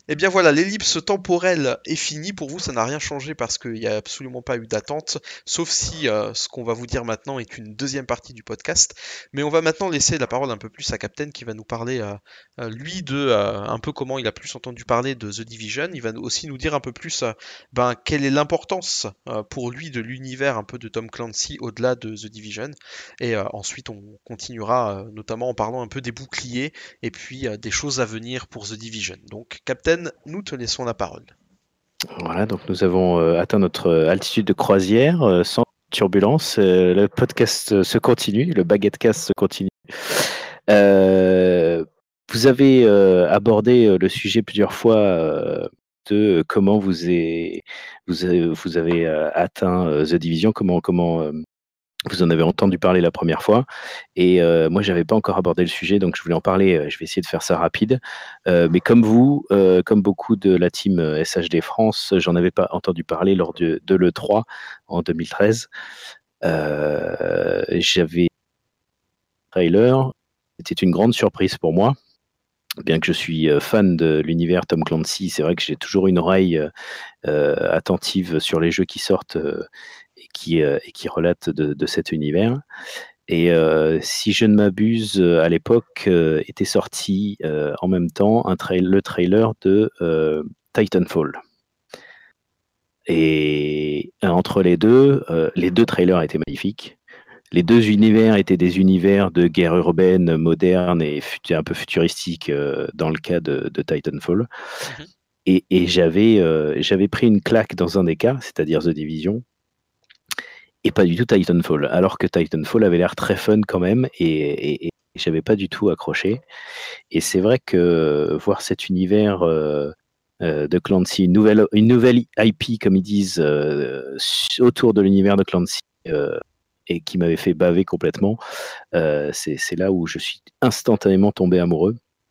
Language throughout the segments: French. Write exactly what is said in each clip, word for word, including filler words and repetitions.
Eh bien voilà, l'ellipse temporelle est finie. Pour vous, ça n'a rien changé parce qu'il n'y a absolument pas eu d'attente, sauf si euh, ce qu'on va vous dire maintenant est une deuxième partie du podcast. Mais on va maintenant laisser la parole un peu plus à Captain qui va nous parler, euh, euh, lui, de euh, un peu comment il a plus entendu parler de The Division. Il va nous- aussi nous dire un peu plus euh, ben, quelle est l'importance euh, pour lui de l'univers un peu de Tom Clancy au-delà de The Division. Et euh, ensuite, on continuera euh, notamment en parlant un peu des boucliers et puis euh, des choses à venir pour The Division. Donc, Captain, nous te laissons la parole. Voilà, donc nous avons euh, atteint notre euh, altitude de croisière euh, sans turbulence. Euh, le podcast euh, se continue, le baguettecast se continue. Euh, Vous avez euh, abordé euh, le sujet plusieurs fois euh, de comment vous, est, vous avez, vous avez euh, atteint euh, The Division, comment, comment euh, vous en avez entendu parler la première fois. Et euh, moi, j'avais pas encore abordé le sujet, donc je voulais en parler. euh, Je vais essayer de faire ça rapide. Euh, mais comme vous, euh, comme beaucoup de la team euh, S H D France, j'en avais pas entendu parler lors de, de l'E trois en deux mille treize. Euh, j'avais trailer. C'était une grande surprise pour moi. Bien que je suis euh, fan de l'univers Tom Clancy, c'est vrai que j'ai toujours une oreille euh, euh, attentive sur les jeux qui sortent euh, et, qui, euh, et qui relatent de, de cet univers. Et euh, si je ne m'abuse, euh, à l'époque euh, était sorti euh, en même temps un trail- le trailer de euh, Titanfall. Et euh, entre les deux, euh, les deux trailers étaient magnifiques. Les deux univers étaient des univers de guerre urbaine moderne et fut- un peu futuristique euh, dans le cas de, de Titanfall. Mhm. Et, et j'avais euh, j'avais pris une claque dans un des cas, c'est-à-dire The Division, et pas du tout Titanfall. Alors que Titanfall avait l'air très fun quand même, et, et, et j'avais pas du tout accroché. Et c'est vrai que voir cet univers euh, euh, de Clancy, une nouvelle, une nouvelle I P, comme ils disent, euh, autour de l'univers de Clancy, euh, et qui m'avait fait baver complètement, euh, c'est c'est là où je suis instantanément tombé amoureux.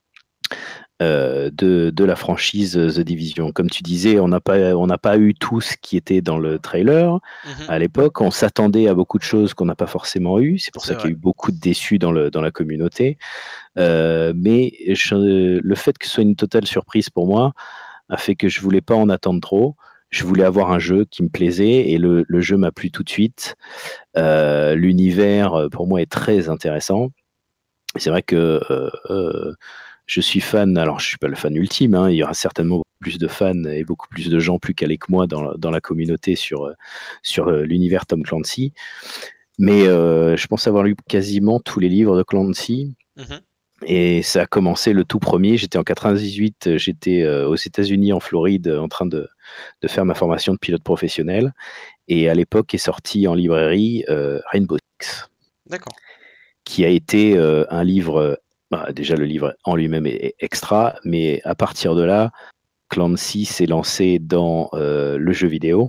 Euh, de, de la franchise The Division. Comme tu disais, on n'a pas, on n'a pas eu tout ce qui était dans le trailer. Mhm. À l'époque, on s'attendait à beaucoup de choses qu'on n'a pas forcément eues. C'est pour C'est ça qu'il vrai. y a eu beaucoup de déçus dans, le, dans la communauté. Euh, mais je- le fait que ce soit une totale surprise pour moi a fait que je voulais pas en attendre trop. Je voulais avoir un jeu qui me plaisait et le, le jeu m'a plu tout de suite. Euh, L'univers, pour moi, est très intéressant. C'est vrai que euh, euh, je suis fan, alors je suis pas le fan ultime, hein, il y aura certainement plus de fans et beaucoup plus de gens plus calés que moi dans, dans la communauté sur, euh, sur euh, l'univers Tom Clancy. Mais euh, je pense avoir lu quasiment tous les livres de Clancy. Mhm. Et ça a commencé le tout premier. J'étais en quatre-vingt-dix-huit, j'étais euh, aux États-Unis, en Floride, en train de, de faire ma formation de pilote professionnel. Et à l'époque est sorti en librairie euh, Rainbow Six, D'accord. qui a été euh, un livre. Bah, déjà, le livre en lui-même est, est extra, mais à partir de là, Clancy s'est lancé dans euh, le jeu vidéo.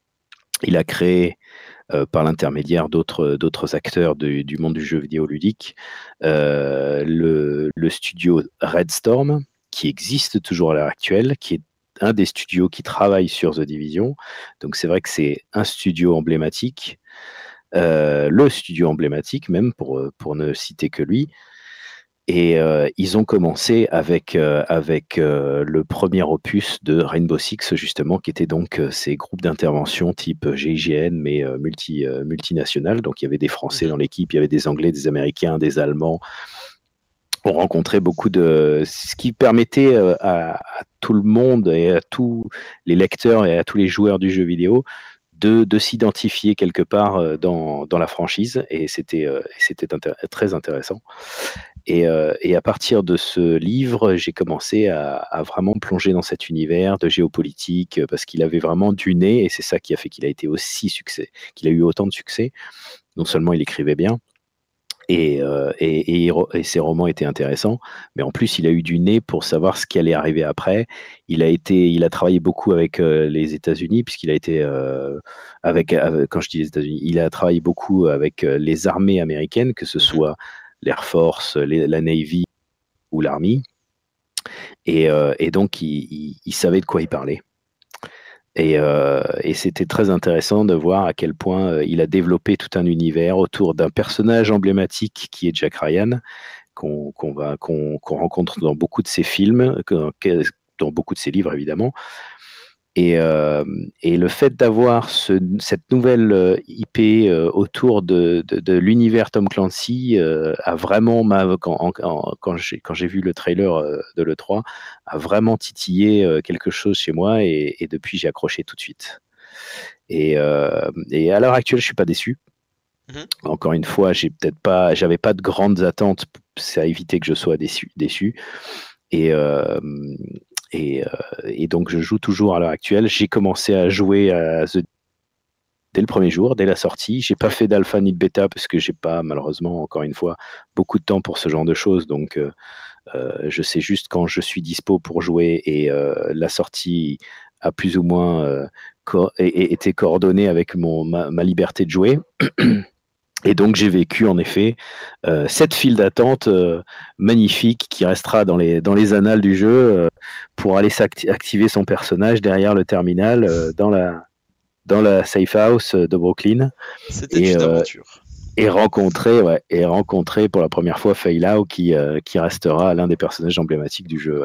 Il a créé, euh, par l'intermédiaire d'autres d'autres acteurs de- du monde du jeu vidéo ludique, euh, le, le studio Red Storm, qui existe toujours à l'heure actuelle, qui est un des studios qui travaille sur The Division. Donc c'est vrai que c'est un studio emblématique, euh, le studio emblématique même, pour, pour ne citer que lui. Et euh, ils ont commencé avec, euh, avec euh, le premier opus de Rainbow Six, justement, qui était donc euh, ces groupes d'intervention type G I G N, mais euh, multi, euh, multinationales. Donc il y avait des Français Mhm. dans l'équipe, il y avait des Anglais, des Américains, des Allemands. On rencontrait beaucoup de. Ce qui permettait euh, à, à tout le monde et à tous les lecteurs et à tous les joueurs du jeu vidéo de, de s'identifier quelque part euh, dans, dans la franchise. Et c'était euh, c'était intér- très intéressant. Et, euh, et à partir de ce livre, j'ai commencé à, à vraiment plonger dans cet univers de géopolitique euh, parce qu'il avait vraiment du nez et c'est ça qui a fait qu'il a été aussi succès, qu'il a eu autant de succès. Non seulement il écrivait bien et, euh, et, et, il ro- et ses romans étaient intéressants, mais en plus il a eu du nez pour savoir ce qui allait arriver après. Il a été, il a travaillé beaucoup avec euh, les États-Unis puisqu'il a été euh, avec, avec- quand je dis les États-Unis, il a travaillé beaucoup avec euh, les armées américaines, que ce Mhm. soit l'Air Force, les- la Navy ou l'Army. Et, euh, et donc, il, il- il savait de quoi il parlait. Et, euh, et c'était très intéressant de voir à quel point euh, il a développé tout un univers autour d'un personnage emblématique qui est Jack Ryan, qu'on qu'on va, qu'on, qu'on rencontre dans beaucoup de ses films, que- que- dans beaucoup de ses livres évidemment. Et, euh, et le fait d'avoir ce, cette nouvelle euh, I P euh, autour de, de, de l'univers Tom Clancy euh, a vraiment, m'a- quand, en- en- quand j'ai quand j'ai vu le trailer euh, de l'E trois, a vraiment titillé euh, quelque chose chez moi et, et depuis j'ai accroché tout de suite. Et, euh, et à l'heure actuelle, je suis pas déçu. Mhm. Encore une fois, j'ai peut-être pas, j'avais pas de grandes attentes, ça a évité que je sois déçu. déçu. Et, euh, et, euh, et donc, je joue toujours à l'heure actuelle. J'ai commencé à jouer à The dès le premier jour, dès la sortie. J'ai pas Ouais. fait d'alpha ni de bêta parce que j'ai pas, malheureusement, encore une fois, beaucoup de temps pour ce genre de choses. Donc, euh, euh, je sais juste quand je suis dispo pour jouer et euh, la sortie a plus ou moins euh, co- et- et- été coordonnée avec mon, ma, ma liberté de jouer. Et donc j'ai vécu en effet euh, cette file d'attente euh, magnifique qui restera dans les, dans les annales du jeu euh, pour aller s'acti- activer son personnage derrière le terminal euh, dans, la, dans la safe house de Brooklyn C'était et, une euh, aventure. et rencontrer ouais, et rencontrer pour la première fois Fei Lao qui, euh, qui restera l'un des personnages emblématiques du jeu. Ouais.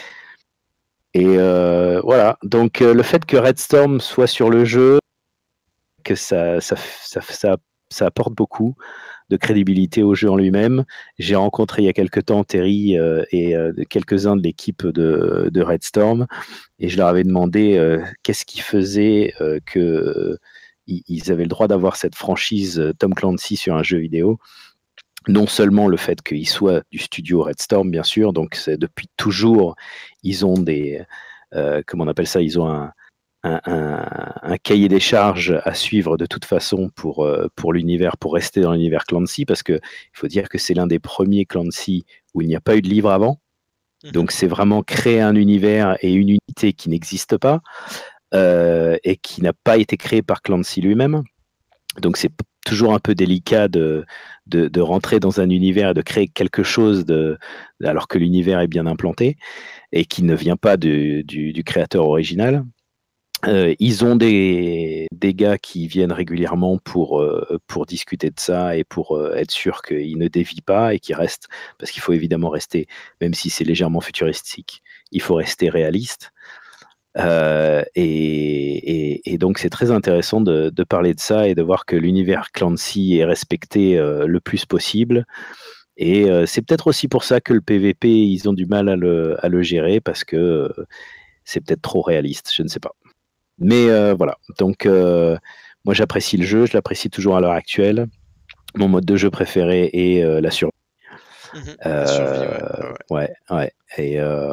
Et euh, voilà, donc euh, le fait que Red Storm soit sur le jeu, que ça, ça, ça, ça, ça apporte beaucoup de crédibilité au jeu en lui-même. J'ai rencontré il y a quelques temps Terry euh, et euh, quelques-uns de l'équipe de, de Red Storm et je leur avais demandé euh, qu'est-ce qui faisait euh, que euh, ils avaient le droit d'avoir cette franchise euh, Tom Clancy sur un jeu vidéo. Non seulement le fait qu'ils soient du studio Red Storm, bien sûr, donc c'est depuis toujours, ils ont des, euh, comment on appelle ça, ils ont un, un, un, un cahier des charges à suivre de toute façon pour, euh, pour l'univers, pour rester dans l'univers Clancy, parce qu'il faut dire que c'est l'un des premiers Clancy où il n'y a pas eu de livre avant. Mhm. Donc c'est vraiment créer un univers et une unité qui n'existe pas euh, et qui n'a pas été créé par Clancy lui-même. Donc c'est p- toujours un peu délicat de, de, de rentrer dans un univers et de créer quelque chose de, alors que l'univers est bien implanté et qui ne vient pas de- du, du créateur original. Euh, ils ont des, des gars qui viennent régulièrement pour, euh, pour discuter de ça et pour euh, être sûr qu'ils ne dévient pas et qu'ils restent, parce qu'il faut évidemment rester, même si c'est légèrement futuristique, il faut rester réaliste. Euh, et, et, et donc c'est très intéressant de, de parler de ça et de voir que l'univers Clancy est respecté euh, le plus possible. Et euh, c'est peut-être aussi pour ça que le P V P, ils ont du mal à le, à le gérer, parce que euh, c'est peut-être trop réaliste, je ne sais pas. Mais euh, voilà, donc euh, moi j'apprécie le jeu, je l'apprécie toujours à l'heure actuelle. Mon mode de jeu préféré est euh, la survie. Mhm. La survie, ouais. Euh, Ouais, ouais. ouais, ouais. Et euh,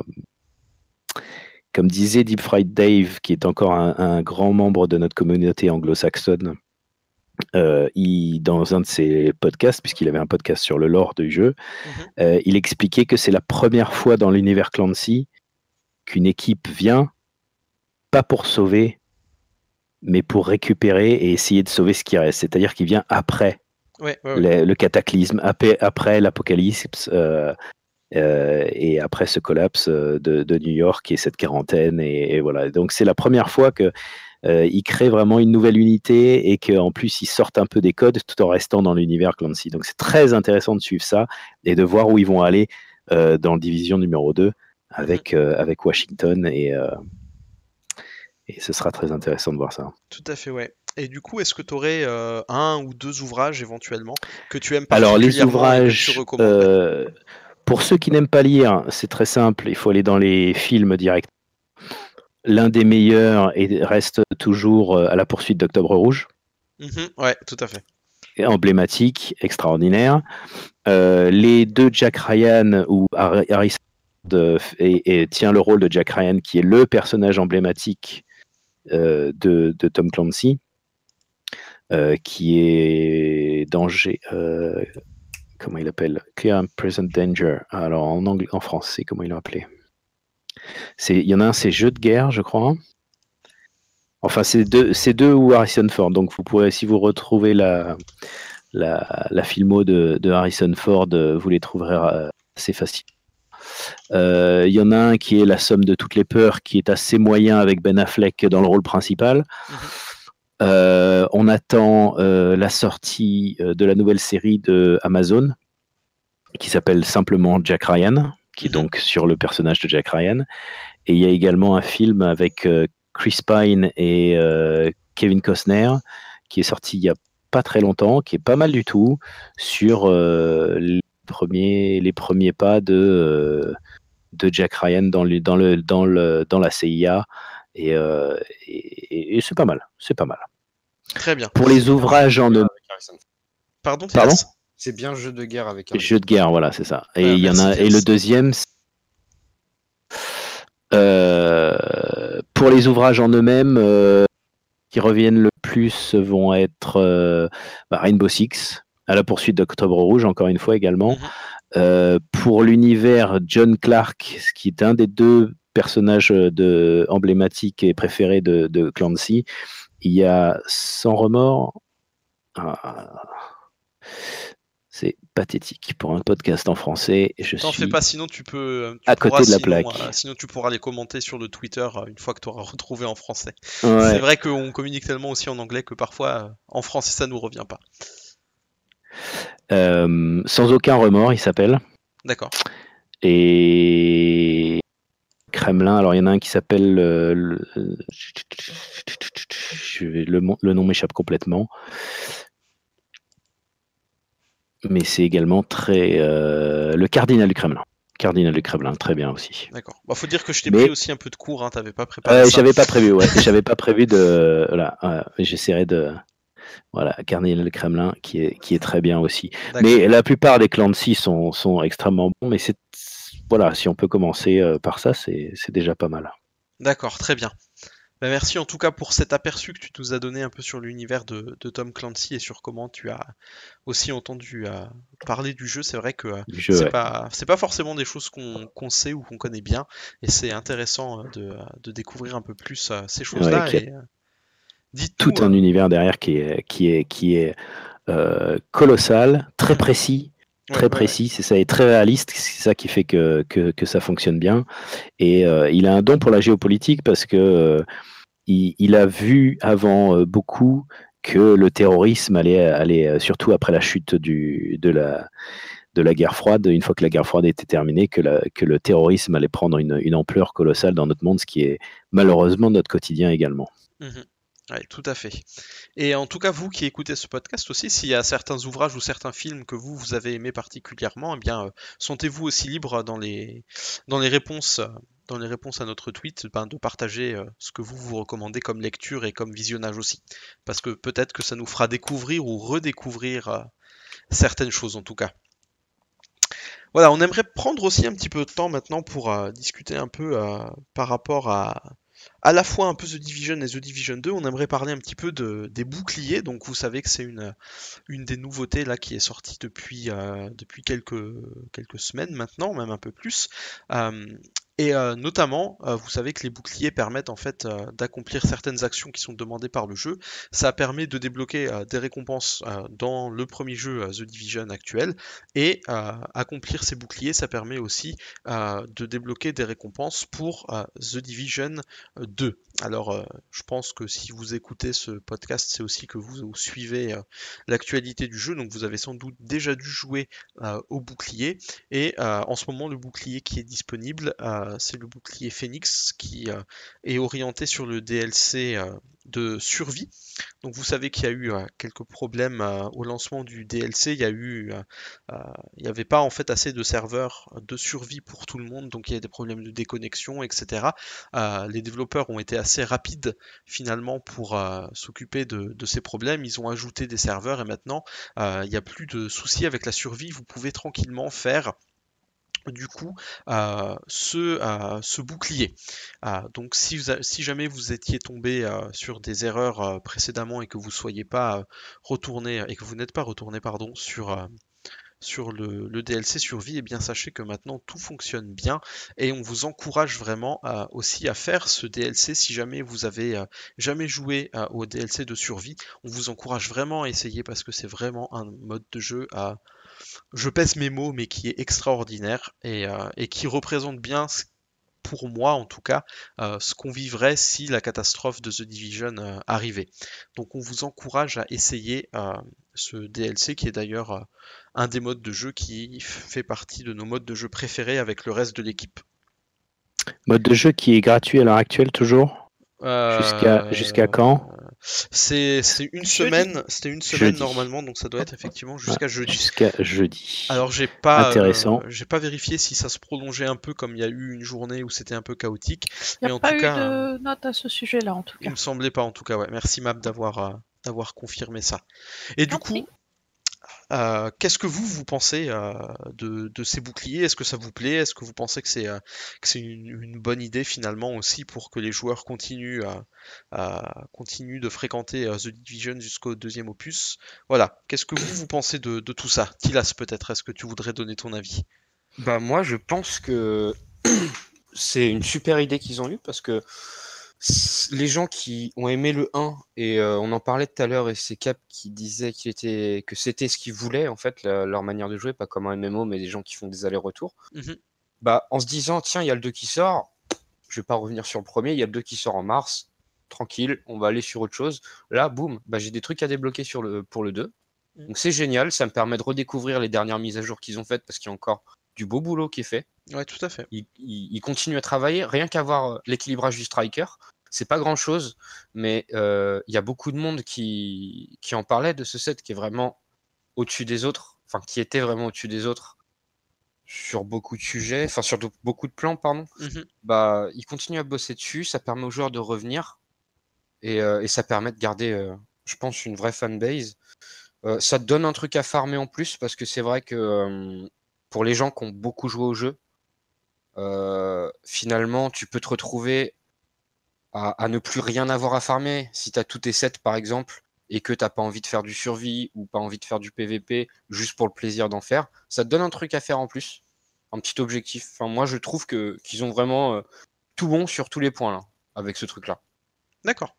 comme disait Deep Fried Dave, qui est encore un, un grand membre de notre communauté anglo-saxonne, euh, il, dans un de ses podcasts, puisqu'il avait un podcast sur le lore du jeu, Mhm. euh, il expliquait que c'est la première fois dans l'univers Clancy qu'une équipe vient, pas pour sauver, mais pour récupérer et essayer de sauver ce qui reste. C'est-à-dire qu'il vient après Ouais, ouais, ouais. le, le cataclysme, après, après l'apocalypse euh, euh, et après ce collapse euh, de, de New York et cette quarantaine. Et, et voilà. Donc c'est la première fois que euh, ils créent vraiment une nouvelle unité et qu'en plus ils sortent un peu des codes tout en restant dans l'univers Clancy. Donc c'est très intéressant de suivre ça et de voir où ils vont aller euh, dans le division numéro deux Mhm. avec, euh, avec Washington et, euh, et ce sera très intéressant de voir ça. Tout à fait, ouais. Et du coup, est-ce que tu aurais un ou deux ouvrages éventuellement que tu aimes Alors les particulièrement et que tu ouvrages, recommanderais? euh, pour ceux qui n'aiment pas lire, c'est très simple, il faut aller dans les films directs. L'un des meilleurs et reste toujours euh, À la poursuite d'Octobre Rouge, Mhm. Ouais, tout à fait. emblématique, extraordinaire. Euh, les deux Jack Ryan, où Har- Harrison Ford et, et tient le rôle de Jack Ryan, qui est le personnage emblématique euh, de, de Tom Clancy, euh, qui est danger. Euh, comment il appelle? Clear and Present Danger. Alors en anglais, en français, comment il l'a appelé? C'est, il y en a un, c'est Jeu de guerre, je crois. Enfin, c'est deux, c'est deux ou Harrison Ford. Donc vous pourrez, si vous retrouvez la, la, la filmo de, de Harrison Ford, vous les trouverez euh, assez facilement. Euh, Il y en a un qui est La somme de toutes les peurs, qui est assez moyen avec Ben Affleck dans le rôle principal. Mhm. Euh, on attend euh, la sortie euh, de la nouvelle série de Amazon, qui s'appelle simplement Jack Ryan, qui est Mhm. donc sur le personnage de Jack Ryan. Et il y a également un film avec euh, Chris Pine et euh, Kevin Costner qui est sorti il y a pas très longtemps, qui est pas mal du tout, sur euh, les, premiers, les premiers pas de, euh, de Jack Ryan dans, le, dans, le, dans, le, dans la C I A. Et, euh, et, et c'est pas mal, c'est pas mal. Très bien. Pour les ouvrages en eux. Pardon, Pardon Thias? C'est bien jeu de guerre avec Harrison. Jeu de guerre, voilà, c'est ça. Et Voilà, il y en merci, a. Et Thias. le deuxième, euh, pour les ouvrages en eux-mêmes, euh, qui reviennent le plus vont être euh, bah, Rainbow Six, à la poursuite d'Octobre Rouge, encore une fois également. Mhm. Euh, pour l'univers John Clark, ce qui est un des deux personnages de, emblématiques et préférés de, de Clancy, il y a Sans remords. Ah, c'est pathétique pour un podcast en français. Je T'en fais suis pas, sinon tu peux, tu à pourras, côté de la sinon, plaque. euh, sinon tu pourras les commenter sur le Twitter euh, une fois que tu auras retrouvé en français. Ouais. C'est vrai qu'on communique tellement aussi en anglais que parfois euh, en français ça nous revient pas. Euh, Sans aucun remords, il s'appelle. D'accord. Et Kremlin, alors il y en a un qui s'appelle. Euh, le... Je vais- le, le nom m'échappe complètement. Mais c'est également très. Euh, le cardinal du Kremlin. Cardinal du Kremlin, très bien aussi. D'accord. Bah, faut dire que je t'ai Mais- pris aussi un peu de cours, hein, t'avais pas préparé Euh, ça. j'avais pas prévu, ouais. J'avais pas prévu de. Voilà, euh, j'essaierai de. Voilà, Cardinal du Kremlin, qui est, qui est très bien aussi. D'accord. Mais la plupart des Clancy sont, sont extrêmement bons, mais c'est. Voilà, si on peut commencer euh, par ça, c'est c'est déjà pas mal. D'accord, très bien. Bah, merci en tout cas pour cet aperçu que tu nous as donné un peu sur l'univers de, de Tom Clancy et sur comment tu as aussi entendu euh, parler du jeu. C'est vrai que euh, Du jeu, c'est ouais. pas c'est pas forcément des choses qu'on qu'on sait ou qu'on connaît bien, et c'est intéressant euh, de, de découvrir un peu plus euh, ces choses-là. Ouais, qu'il y a Et euh, dites tout tout. un euh, univers derrière qui est, qui est, qui est euh, colossal, très Mhm. précis, Ouais, très ouais, précis, c'est ça, et très réaliste, c'est ça qui fait que, que, que ça fonctionne bien. Et euh, il a un don pour la géopolitique parce que euh, il, il a vu avant euh, beaucoup que le terrorisme allait, allait euh, surtout après la chute du, de, la, de la guerre froide, une fois que la guerre froide était terminée, que, la, que le terrorisme allait prendre une, une ampleur colossale dans notre monde, ce qui est malheureusement notre quotidien également. Mhm. Ouais, tout à fait. Et en tout cas, vous qui écoutez ce podcast aussi, s'il y a certains ouvrages ou certains films que vous, vous avez aimés particulièrement, eh bien, euh, sentez-vous aussi libre dans les, dans les réponses, euh, dans les réponses à notre tweet, ben, de partager euh, ce que vous vous recommandez comme lecture et comme visionnage aussi. Parce que peut-être que ça nous fera découvrir ou redécouvrir euh, certaines choses en tout cas. Voilà, on aimerait prendre aussi un petit peu de temps maintenant pour euh, discuter un peu euh, par rapport à à la fois un peu The Division et The Division deux. On aimerait parler un petit peu de, des boucliers. Donc vous savez que c'est une, une des nouveautés là qui est sortie depuis, euh, depuis quelques, quelques semaines maintenant, même un peu plus. Euh, et euh, notamment, euh, vous savez que les boucliers permettent en fait euh, d'accomplir certaines actions qui sont demandées par le jeu. Ça permet de débloquer euh, des récompenses euh, dans le premier jeu euh, The Division actuel, et euh, accomplir ces boucliers, ça permet aussi euh, de débloquer des récompenses pour euh, The Division deux. Alors, euh, je pense que si vous écoutez ce podcast, c'est aussi que vous, vous suivez euh, l'actualité du jeu, donc vous avez sans doute déjà dû jouer euh, au bouclier. Et euh, en ce moment, le bouclier qui est disponible, euh, c'est le bouclier Phoenix, qui euh, est orienté sur le D L C euh, de survie. Donc vous savez qu'il y a eu euh, quelques problèmes euh, au lancement du D L C. Il y a eu, euh, euh, il n'y avait pas en fait assez de serveurs de survie pour tout le monde, donc il y a des problèmes de déconnexion, et cetera. Euh, les développeurs ont été assez rapides finalement pour euh, s'occuper de, de ces problèmes. Ils ont ajouté des serveurs et maintenant euh, il n'y a plus de soucis avec la survie. Vous pouvez tranquillement faire du coup euh, ce, euh, ce bouclier. Euh, donc si, vous a- si jamais vous étiez tombé euh, sur des erreurs euh, précédemment et que vous soyez pas euh, retourné et que vous n'êtes pas retourné pardon sur euh, sur le, le D L C survie, et bien sachez que maintenant tout fonctionne bien, et on vous encourage vraiment euh, aussi à faire ce D L C. Si jamais vous avez euh, jamais joué euh, au D L C de survie, on vous encourage vraiment à essayer parce que c'est vraiment un mode de jeu à, je pèse mes mots, mais qui est extraordinaire et, euh, et qui représente bien, pour moi en tout cas, euh, ce qu'on vivrait si la catastrophe de The Division euh, arrivait. Donc on vous encourage à essayer euh, ce D L C qui est d'ailleurs euh, un des modes de jeu qui fait partie de nos modes de jeu préférés avec le reste de l'équipe. Mode de jeu qui est gratuit à l'heure actuelle toujours. Euh, Jusqu'à jusqu'à quand? C'est c'est une Jeudi. semaine, c'était une semaine Jeudi. normalement, donc ça doit être effectivement jusqu'à Ah, jeudi. Jusqu'à jeudi. Alors j'ai pas, Intéressant. euh, j'ai pas vérifié si ça se prolongeait un peu comme il y a eu une journée où c'était un peu chaotique, Il mais n'y a en pas tout eu cas, euh, de note à ce sujet-là, en tout il cas. me semblait pas en tout cas. Ouais, merci Map d'avoir euh, d'avoir confirmé ça. Et du J'en coup, prie. euh, qu'est-ce que vous vous pensez euh, de, de ces boucliers? Est-ce que ça vous plaît? Est-ce que vous pensez que c'est euh, que c'est une, une bonne idée finalement aussi pour que les joueurs continuent à, à- continuent de fréquenter euh, The Division jusqu'au deuxième opus? Voilà. Qu'est-ce que vous vous pensez de, de tout ça? Tilas peut-être. Est-ce que tu voudrais donner ton avis? Bah moi je pense que c'est une super idée qu'ils ont eue parce que s- les gens qui ont aimé le un et euh, on en parlait tout à l'heure et c'est Cap qui disait qu'il était que c'était ce qu'ils voulaient en fait la- leur manière de jouer, pas comme un M M O mais des gens qui font des allers-retours. Mhm. Bah en se disant tiens il y a le deux qui sort, je vais pas revenir sur le premier, il y a le deux qui sort en mars, tranquille, on va aller sur autre chose. Là boum, bah j'ai des trucs à débloquer sur le pour le deux. Mhm. Donc c'est génial, ça me permet de redécouvrir les dernières mises à jour qu'ils ont faites parce qu'il y a encore du beau boulot qui est fait. Ouais, tout à fait. Ils, ils- ils continuent à travailler, rien qu'à voir euh, l'équilibrage du striker. C'est pas grand chose, mais euh, il y a beaucoup de monde qui, qui en parlait de ce set qui est vraiment au-dessus des autres, enfin qui était vraiment au-dessus des autres sur beaucoup de sujets, enfin sur de- beaucoup de plans, pardon. Mhm. Bah, ils continuent à bosser dessus, ça permet aux joueurs de revenir et, euh, et ça permet de garder, euh, je pense, une vraie fanbase. Euh, ça te donne un truc à farmer en plus parce que c'est vrai que euh, pour les gens qui ont beaucoup joué au jeu, euh, finalement, tu peux te retrouver à, à ne plus rien avoir à farmer. Si tu as tous tes sets, par exemple, et que t'as pas envie de faire du survie ou pas envie de faire du P V P juste pour le plaisir d'en faire, ça te donne un truc à faire en plus, un petit objectif. Enfin, moi, je trouve que qu'ils ont vraiment euh, tout bon sur tous les points là, avec ce truc-là. D'accord.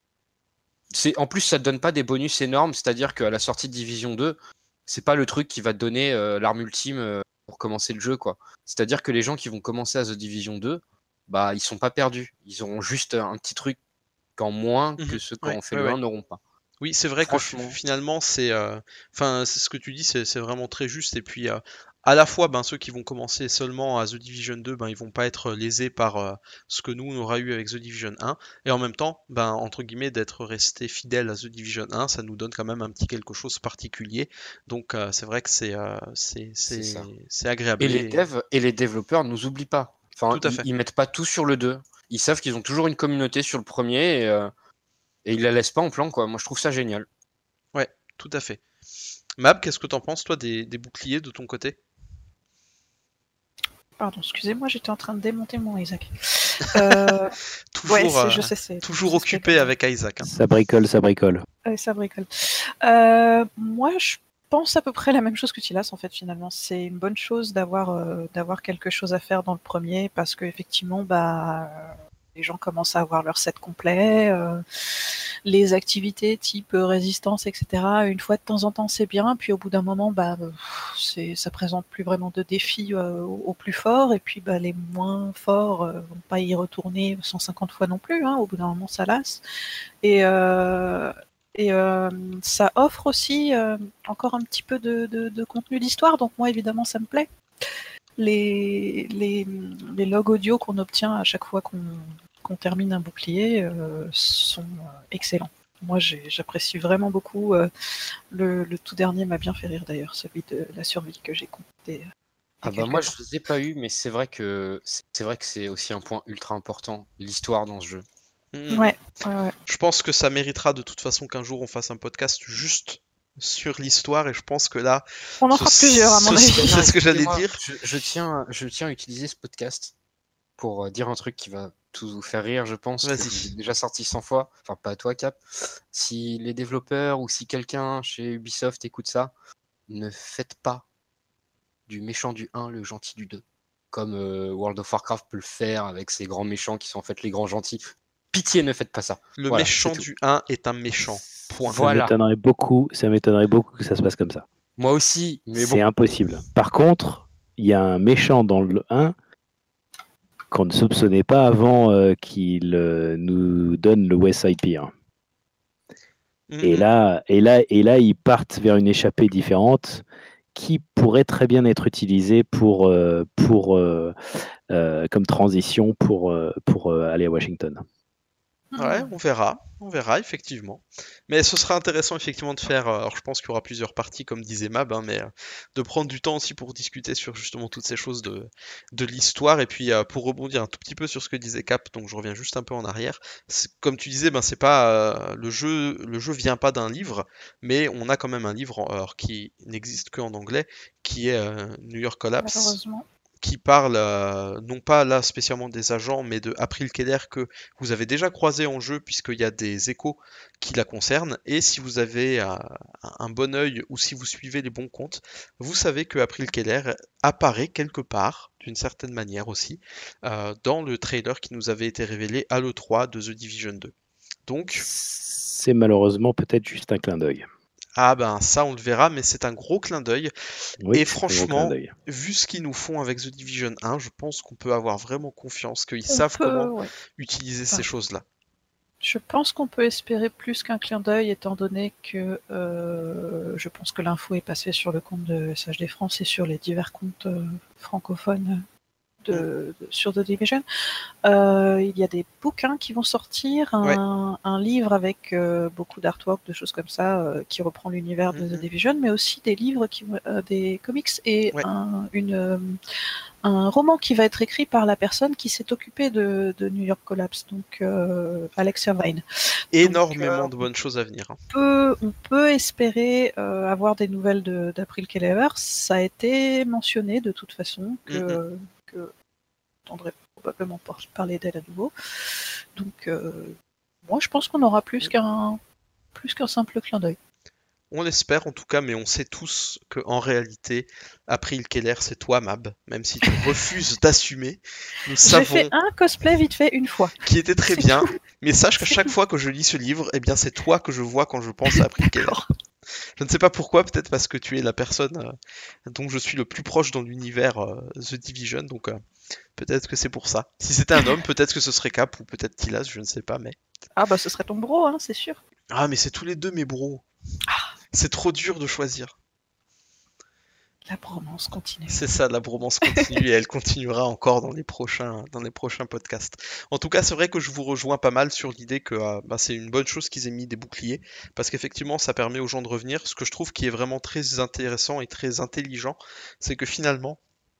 C'est en plus, ça te donne pas des bonus énormes, c'est-à-dire qu'à la sortie de Division deux, c'est pas le truc qui va te donner euh, l'arme ultime euh, pour commencer le jeu, quoi. C'est-à-dire que les gens qui vont commencer à The Division deux, bah, ils sont pas perdus. Ils auront juste un petit truc qu'en moins que Mhm. ceux qui Ouais, ont fait ouais, le ouais. un n'auront pas. Oui, c'est vrai que fi- Franchement. finalement, c'est, euh, enfin, c'est ce que tu dis, c'est c'est vraiment très juste. Et puis, euh, à la fois, ben, ceux qui vont commencer seulement à The Division deux, ben, ils vont pas être lésés par euh, ce que nous on aura eu avec The Division un. Et en même temps, ben, entre guillemets, d'être resté fidèle à The Division un, ça nous donne quand même un petit quelque chose particulier. Donc, euh, c'est vrai que c'est, euh, c'est, C'est ça. c'est, c'est agréable. Et les Et- devs et les développeurs nous oublient pas. Enfin, Tout à ils, fait. ils mettent pas tout sur le deux. Ils savent qu'ils ont toujours une communauté sur le premier et, euh, et ils la laissent pas en plan, quoi. Moi, je trouve ça génial. Ouais, tout à fait. Mab, qu'est-ce que t'en penses, toi, des, des boucliers de ton côté? Pardon, excusez-moi, j'étais en train de démonter mon Isaac. Euh, Toujours, ouais, c'est- euh, je sais, c'est toujours c'est ce qu'elle occupé dit. avec Isaac, hein. Ça bricole, ça bricole. Ouais, ça bricole. Euh, moi, je pense à peu près la même chose que Tilas, en fait, finalement. C'est une bonne chose d'avoir euh, d'avoir quelque chose à faire dans le premier, parce que effectivement, bah, euh, les gens commencent à avoir leur set complet. euh, les activités type euh, résistance, et cetera. Une fois de temps en temps, c'est bien. Puis au bout d'un moment, bah, euh, c'est ça présente plus vraiment de défis euh, aux au plus forts. Et puis, bah, les moins forts euh, vont pas y retourner cent cinquante fois non plus. Hein. Au bout d'un moment, ça lasse. Et euh, et euh, ça offre aussi euh, encore un petit peu de, de, de contenu d'histoire, donc moi évidemment ça me plaît. Les, les, les logs audio qu'on obtient à chaque fois qu'on qu'on termine un bouclier euh, sont euh, excellents. Moi j'ai- j'apprécie vraiment beaucoup. euh, le, le tout dernier m'a bien fait rire d'ailleurs, celui de la survie que j'ai compté. euh, Ah il y a bah moi, quelques je temps. les ai pas eu, mais c'est vrai que c'est vrai que c'est aussi un point ultra important, l'histoire dans ce jeu. Mm. Ouais, ouais, ouais. Je pense que ça méritera de toute façon qu'un jour on fasse un podcast juste sur l'histoire et je pense que là, On en ce- fera plusieurs à mon ce- avis. c'est ce que j'allais Excusez-moi, dire. Je, je tiens, je tiens à utiliser ce podcast pour euh, dire un truc qui va tous vous faire rire, je pense, que je vous ai Vas-y. déjà sorti cent fois. Enfin, pas à toi, Cap. Si les développeurs ou si quelqu'un chez Ubisoft écoute ça, ne faites pas du méchant du un le gentil du deux. Comme euh, World of Warcraft peut le faire avec ses grands méchants qui sont en fait les grands gentils. Pitié, ne faites pas ça. Le Voilà, c'est méchant tout. du un est un méchant. Point. Ça Voilà. m'étonnerait beaucoup, ça m'étonnerait beaucoup que ça se passe comme ça. Moi aussi, mais C'est bon. impossible. Par contre, il y a un méchant dans le un qu'on ne soupçonnait pas avant euh, qu'il euh, nous donne le West Side Pier. Mm, Et mm. là, et là, et là, ils partent vers une échappée différente qui pourrait très bien être utilisée pour, euh, pour, euh, euh, comme transition pour, euh, pour euh, aller à Washington. Ouais, on verra, on verra effectivement. Mais ce sera intéressant effectivement de faire. euh, Alors je pense qu'il y aura plusieurs parties, comme disait Mab, hein, mais euh, de prendre du temps aussi pour discuter sur justement toutes ces choses de, de l'histoire. Et puis euh, pour rebondir un tout petit peu sur ce que disait Cap, donc je reviens juste un peu en arrière. C'est- Comme tu disais, ben c'est pas euh, le jeu, le jeu vient pas d'un livre, mais on a quand même un livre en- alors, qui n'existe qu'en anglais, qui est euh, New York Collapse, Malheureusement. qui parle euh, non pas là spécialement des agents, mais de April Keller que vous avez déjà croisé en jeu puisqu'il y a des échos qui la concernent. Et si vous avez euh, un bon œil ou si vous suivez les bons comptes, vous savez que April Keller apparaît quelque part, d'une certaine manière aussi, euh, dans le trailer qui nous avait été révélé à l'E trois de The Division deux. Donc, C'est malheureusement peut-être juste un clin d'œil. ah ben ça on le verra, mais c'est un gros clin d'œil. Oui, Et c'est un gros clin franchement, d'œil. vu ce qu'ils nous font avec The Division un, je pense qu'on peut avoir vraiment confiance qu'ils On savent peut, comment ouais. utiliser Enfin, ces choses-là. Je pense qu'on peut espérer plus qu'un clin d'œil, étant donné que euh, je pense que l'info est passée sur le compte de S H D France et sur les divers comptes euh, francophones de, de- sur The Division. Euh, il y a des bouquins qui vont sortir, un, un livre avec euh, beaucoup d'artwork, de choses comme ça, euh, qui reprend l'univers de The Mhm. Division, mais aussi des livres, qui, vont- euh, des comics et Ouais. un, une, euh, un roman qui va être écrit par la personne qui s'est occupée de, de New York Collapse, donc euh, Alex Irvine. Énormément Donc, de bonnes choses à venir. hein. on peut, on peut espérer euh, avoir des nouvelles de- d'April Keller. Ça a été mentionné de toute façon que, Mhm. que on entendrait probablement par- parler d'elle à nouveau. Donc, euh, moi, je pense qu'on aura plus qu'un plus qu'un simple clin d'œil. On l'espère en tout cas, mais on sait tous que en réalité, April Keller, c'est toi, Mab, même si tu refuses d'assumer. Nous J'ai savons fait un cosplay vite fait une fois. qui était très C'est bien, tout. mais sache qu'à C'est chaque tout. fois que je lis ce livre, eh bien c'est toi que je vois quand je pense à April Keller. D'accord. Je ne sais pas pourquoi, peut-être parce que tu es la personne euh, dont je suis le plus proche dans l'univers euh, The Division, donc euh, peut-être que c'est pour ça. Si c'était un homme, peut-être que ce serait Cap ou peut-être Tilas, je ne sais pas, mais... Ah bah ce serait ton bro, hein, c'est sûr. Ah, mais c'est tous les deux mes bros. C'est trop dur de choisir. La bromance continue. C'est ça, la bromance continue et elle continuera encore dans les prochains, dans les prochains podcasts. En tout cas, c'est vrai que je vous rejoins pas mal sur l'idée que euh, bah, c'est une bonne chose qu'ils aient mis des boucliers, parce qu'effectivement, ça permet aux gens de revenir. Ce que je trouve qui est vraiment très intéressant et très intelligent, c'est que finalement,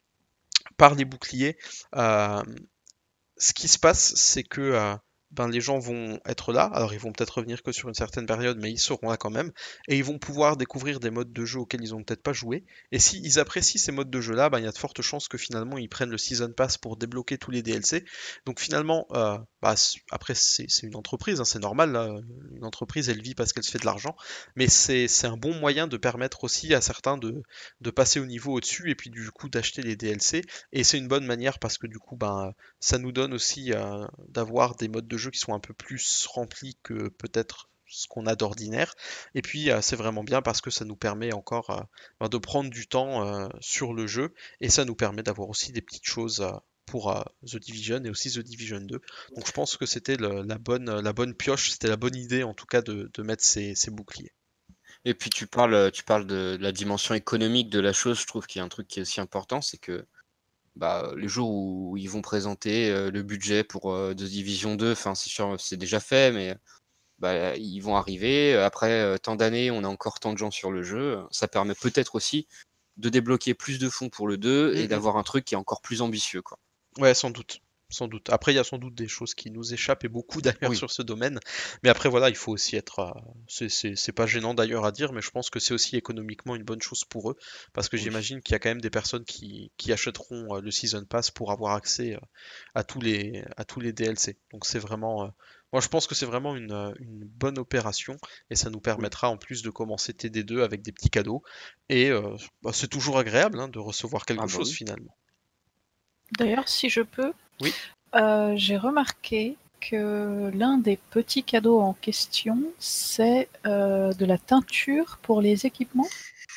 par les boucliers, euh, ce qui se passe, c'est que euh, ben, les gens vont être là. Alors, ils vont peut-être revenir que sur une certaine période, mais ils seront là quand même. Et ils vont pouvoir découvrir des modes de jeu auxquels ils n'ont peut-être pas joué. Et s'ils apprécient ces modes de jeu-là, ben, il y a de fortes chances que finalement ils prennent le Season Pass pour débloquer tous les D L C. Donc, finalement, euh, bah, c- après, c'est c'est une entreprise, hein, c'est normal. Là. Une entreprise, elle vit parce qu'elle se fait de l'argent. Mais c'est c'est un bon moyen de permettre aussi à certains de, de passer au niveau au-dessus et puis du coup d'acheter les D L C. Et c'est une bonne manière parce que du coup, ben ça nous donne aussi euh, d'avoir des modes de jeu qui sont un peu plus remplis que peut-être ce qu'on a d'ordinaire. Et puis euh, c'est vraiment bien parce que ça nous permet encore euh, ben, de prendre du temps euh, sur le jeu et ça nous permet d'avoir aussi des petites choses euh, pour euh, The Division et aussi The Division deux. Donc je pense que c'était le- la bonne, la bonne pioche, c'était la bonne idée en tout cas de, de mettre ces, ces boucliers. Et puis tu parles, tu parles de, de la dimension économique de la chose. Je trouve qu'il y a un truc qui est aussi important, c'est que bah, les jours où ils vont présenter euh, le budget pour euh, The Division deux, enfin c'est sûr, c'est déjà fait, mais bah, ils vont arriver. Après euh, tant d'années, on a encore tant de gens sur le jeu. Ça permet peut-être aussi de débloquer plus de fonds pour le deux Mm, et mm. d'avoir un truc qui est encore plus ambitieux, quoi. Ouais, sans doute. Sans doute. Après, il y a sans doute des choses qui nous échappent et beaucoup d'ailleurs Oui. sur ce domaine. Mais après, voilà, il faut aussi être. euh, c'est c'est- c'est pas gênant d'ailleurs à dire, mais je pense que c'est aussi économiquement une bonne chose pour eux. Parce que Oui. j'imagine qu'il y a quand même des personnes qui, qui achèteront euh, le Season Pass pour avoir accès euh, à tous les, à tous les D L C. Donc c'est vraiment. euh, Moi, je pense que c'est vraiment une, euh, une bonne opération et ça nous permettra en plus de commencer T D deux avec des petits cadeaux. Et euh, bah, c'est toujours agréable hein, de recevoir quelque Ah bah chose oui. finalement. D'ailleurs, si je peux, Oui. euh, j'ai remarqué que l'un des petits cadeaux en question, c'est euh, de la teinture pour les équipements.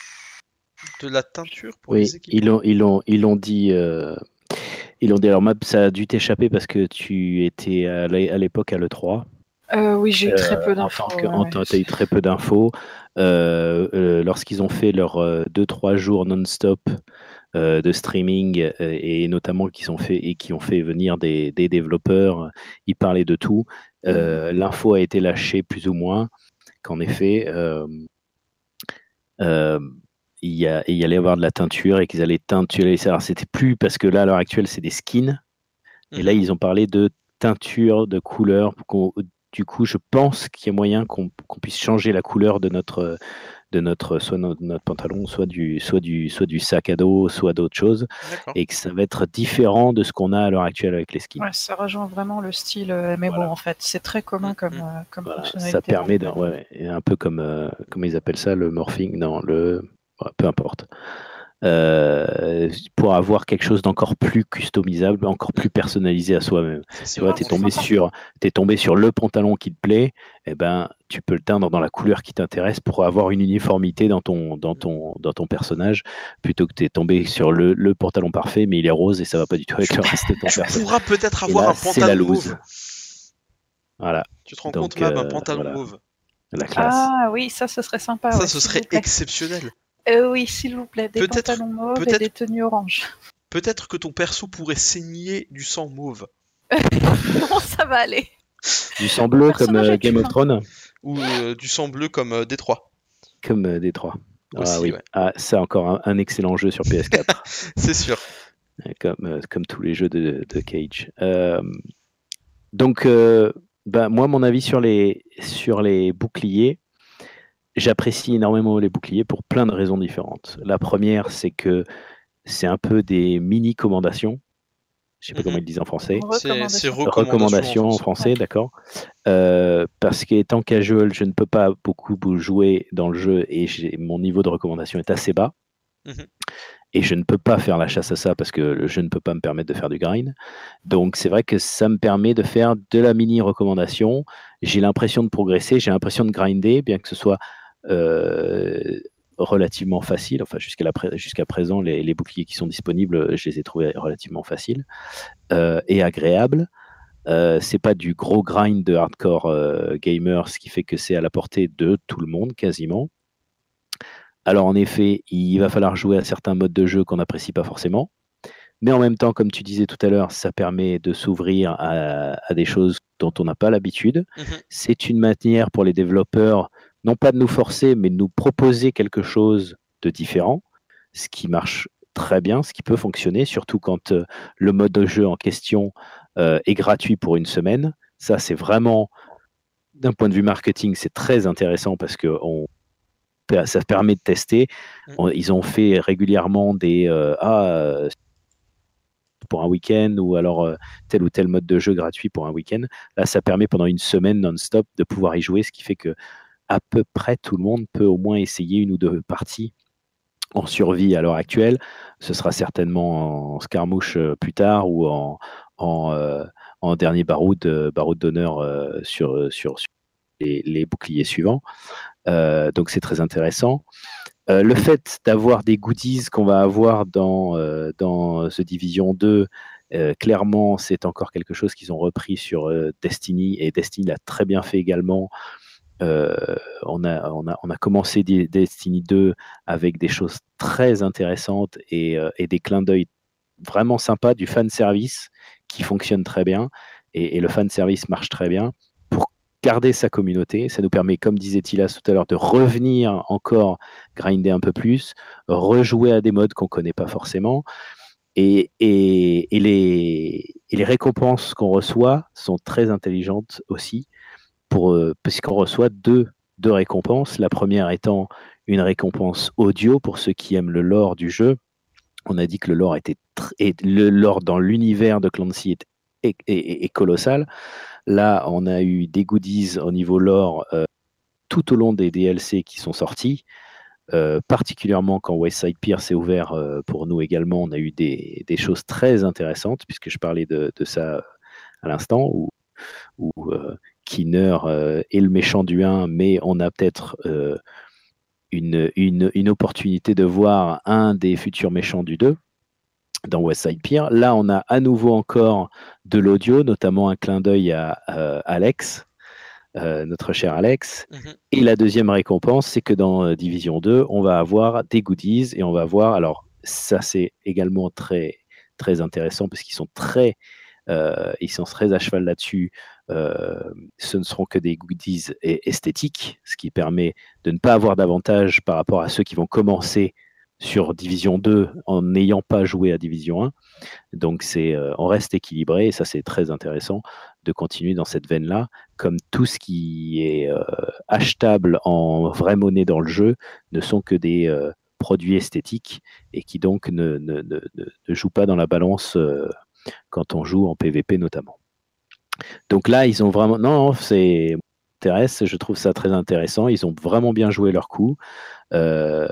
De la teinture pour Oui, les ils équipements. l'ont, ils l'ont, ils l'ont dit. euh, Ils l'ont dit. Alors, Mab, ça a dû t'échapper parce que tu étais à l'é- à l'époque à l'E trois. Euh, oui, j'ai eu très Euh, peu en d'infos. tant que, ouais, en ouais. tant- t'as eu très peu d'infos. Euh, euh, lorsqu'ils ont fait leurs deux trois jours non-stop euh, de streaming euh, et notamment qui sont fait et qui ont fait venir des, des développeurs. Ils parlaient de tout. Euh, l'info a été lâchée plus ou moins qu'en effet euh, euh, il y, a, il y allait avoir de la teinture et qu'ils allaient teinturer. Alors c'était plus parce que là à l'heure actuelle c'est des skins. Et là, ils ont parlé de teinture, de couleur. Du coup, je pense qu'il y a moyen qu'on qu'on puisse changer la couleur de notre, de notre, soit notre, notre pantalon, soit du, soit, du, soit du sac à dos, soit d'autres choses. D'accord. Et que ça va être différent de ce qu'on a à l'heure actuelle avec les skins. Ouais, ça rejoint vraiment le style euh, M M O Voilà. en fait. C'est très commun comme, Mhm. euh, comme Voilà, fonctionnalité. ça permet de, ouais, un peu comme, euh, comment ils appellent ça, le morphing, non, le, ouais, peu importe. Euh, pour avoir quelque chose d'encore plus customisable, encore plus personnalisé à soi-même. Ça, c'est Tu vois, vraiment tu es tombé sympa. sur, t'es tombé sur le pantalon qui te plaît, eh ben, tu peux le teindre dans la couleur qui t'intéresse pour avoir une uniformité dans ton, dans ton, dans ton personnage, plutôt que tu es tombé sur le, le pantalon parfait, mais il est rose et ça va pas du tout avec Tu, le reste de ton tu personnage. pourras peut-être Et avoir là, un c'est la pantalon loose. mauve. Voilà. Tu te rends Donc, compte, Mab, un euh, pantalon voilà. mauve. La classe. Ah oui, ça, ce serait sympa. Ça, ouais, ce s'il serait vous plaît. exceptionnel. Euh, oui, s'il vous plaît, des Peut-être- pantalons mauves et peut-être- des tenues oranges. Peut-être que ton perso pourrait saigner du sang mauve. Non, ça va aller. Du sang bleu Mon comme personnage euh, est Game of humain. Thrones, Ou euh, du sang bleu comme euh, Détroit. comme euh, Détroit. Ah Aussi, oui, ouais. ah, c'est encore un, un excellent jeu sur P S quatre. C'est sûr. comme, euh, comme tous les jeux de, de Cage. Euh, donc, euh, bah, moi, mon avis sur les, sur les boucliers, j'apprécie énormément les boucliers pour plein de raisons différentes. La première, c'est que c'est un peu des mini-commandations. Je ne sais pas Mhm. comment ils disent en français. C'est c'est Recommandation. recommandations Recommandations en en français. français, d'accord. Euh, parce qu'étant casual, je ne peux pas beaucoup jouer dans le jeu et j'ai- mon niveau de recommandation est assez bas. Mhm. Et je ne peux pas faire la chasse à ça parce que je ne peux pas me permettre de faire du grind. Donc c'est vrai que ça me permet de faire de la mini recommandation. J'ai l'impression de progresser, j'ai l'impression de grinder, bien que ce soit euh, relativement facile. Enfin, jusqu'à, la pré- jusqu'à présent, les, les boucliers qui sont disponibles, je les ai trouvés relativement faciles euh, et agréables. Euh, c'est pas du gros grind de hardcore euh, gamer, ce qui fait que c'est à la portée de tout le monde quasiment. Alors en effet, il va falloir jouer à certains modes de jeu qu'on n'apprécie pas forcément. Mais en même temps, comme tu disais tout à l'heure, ça permet de s'ouvrir à, à des choses dont on n'a pas l'habitude. Mhm. C'est une manière pour les développeurs, non pas de nous forcer, mais de nous proposer quelque chose de différent, ce qui marche très bien, ce qui peut fonctionner, surtout quand euh, le mode de jeu en question euh, est gratuit pour une semaine. Ça, c'est vraiment, d'un point de vue marketing, c'est très intéressant parce que on, ça permet de tester. Mhm. On- ils ont fait régulièrement des euh, ah, euh, pour un week-end ou alors euh, tel ou tel mode de jeu gratuit pour un week-end. Là, ça permet pendant une semaine non-stop de pouvoir y jouer, ce qui fait que à peu près tout le monde peut au moins essayer une ou deux parties en survie à l'heure actuelle. Ce sera certainement en Scarmouche euh, plus tard ou en, en, euh, en dernier baroud, euh, baroud d'honneur euh, sur, sur, sur les, les boucliers suivants. Euh, donc c'est très intéressant. Euh, le fait d'avoir des goodies qu'on va avoir dans, euh, dans The Division deux, euh, clairement, c'est encore quelque chose qu'ils ont repris sur euh, Destiny, et Destiny l'a très bien fait également. Euh, on, a, on, a, on a commencé Destiny deux avec des choses très intéressantes et, euh, et des clins d'œil vraiment sympas, du fan service qui fonctionne très bien, et, et le fan service marche très bien pour garder sa communauté. Ça nous permet, comme disait Tilas tout à l'heure, de revenir encore grinder un peu plus, rejouer à des modes qu'on ne connaît pas forcément. Et, et, et, les, et les récompenses qu'on reçoit sont très intelligentes aussi, pour, euh, puisqu'on reçoit deux, deux récompenses. La première étant une récompense audio pour ceux qui aiment le lore du jeu. On a dit que le lore était tr- et le lore dans l'univers de Clancy est, est, est, est colossal. Là, on a eu des goodies au niveau lore euh, tout au long des D L C qui sont sortis. Euh, particulièrement quand West Side Pier s'est ouvert euh, pour nous également, on a eu des, des choses très intéressantes, puisque je parlais de, de ça à l'instant, où, où euh, Keener euh, est le méchant du un, mais on a peut-être euh, une, une, une opportunité de voir un des futurs méchants du deux dans West Side Pier. Là, on a à nouveau encore de l'audio, notamment un clin d'œil à euh, Alex, euh, notre cher Alex. Mhm. Et la deuxième récompense, c'est que dans euh, Division deux, on va avoir des goodies et on va avoir, alors ça c'est également très, très intéressant parce qu'ils sont très, euh, ils sont très à cheval là-dessus. Euh, ce ne seront que des goodies esthétiques, ce qui permet de ne pas avoir d'avantage par rapport à ceux qui vont commencer sur Division deux en n'ayant pas joué à Division un. Donc c'est, euh, on reste équilibré et ça c'est très intéressant de continuer dans cette veine-là. Comme tout ce qui est euh, achetable en vraie monnaie dans le jeu ne sont que des euh, produits esthétiques et qui donc ne, ne, ne, ne jouent pas dans la balance euh, quand on joue en P V P notamment. Donc là ils ont vraiment, non, c'est intéresse, je trouve ça très intéressant. Ils ont vraiment bien joué leur coup. Euh,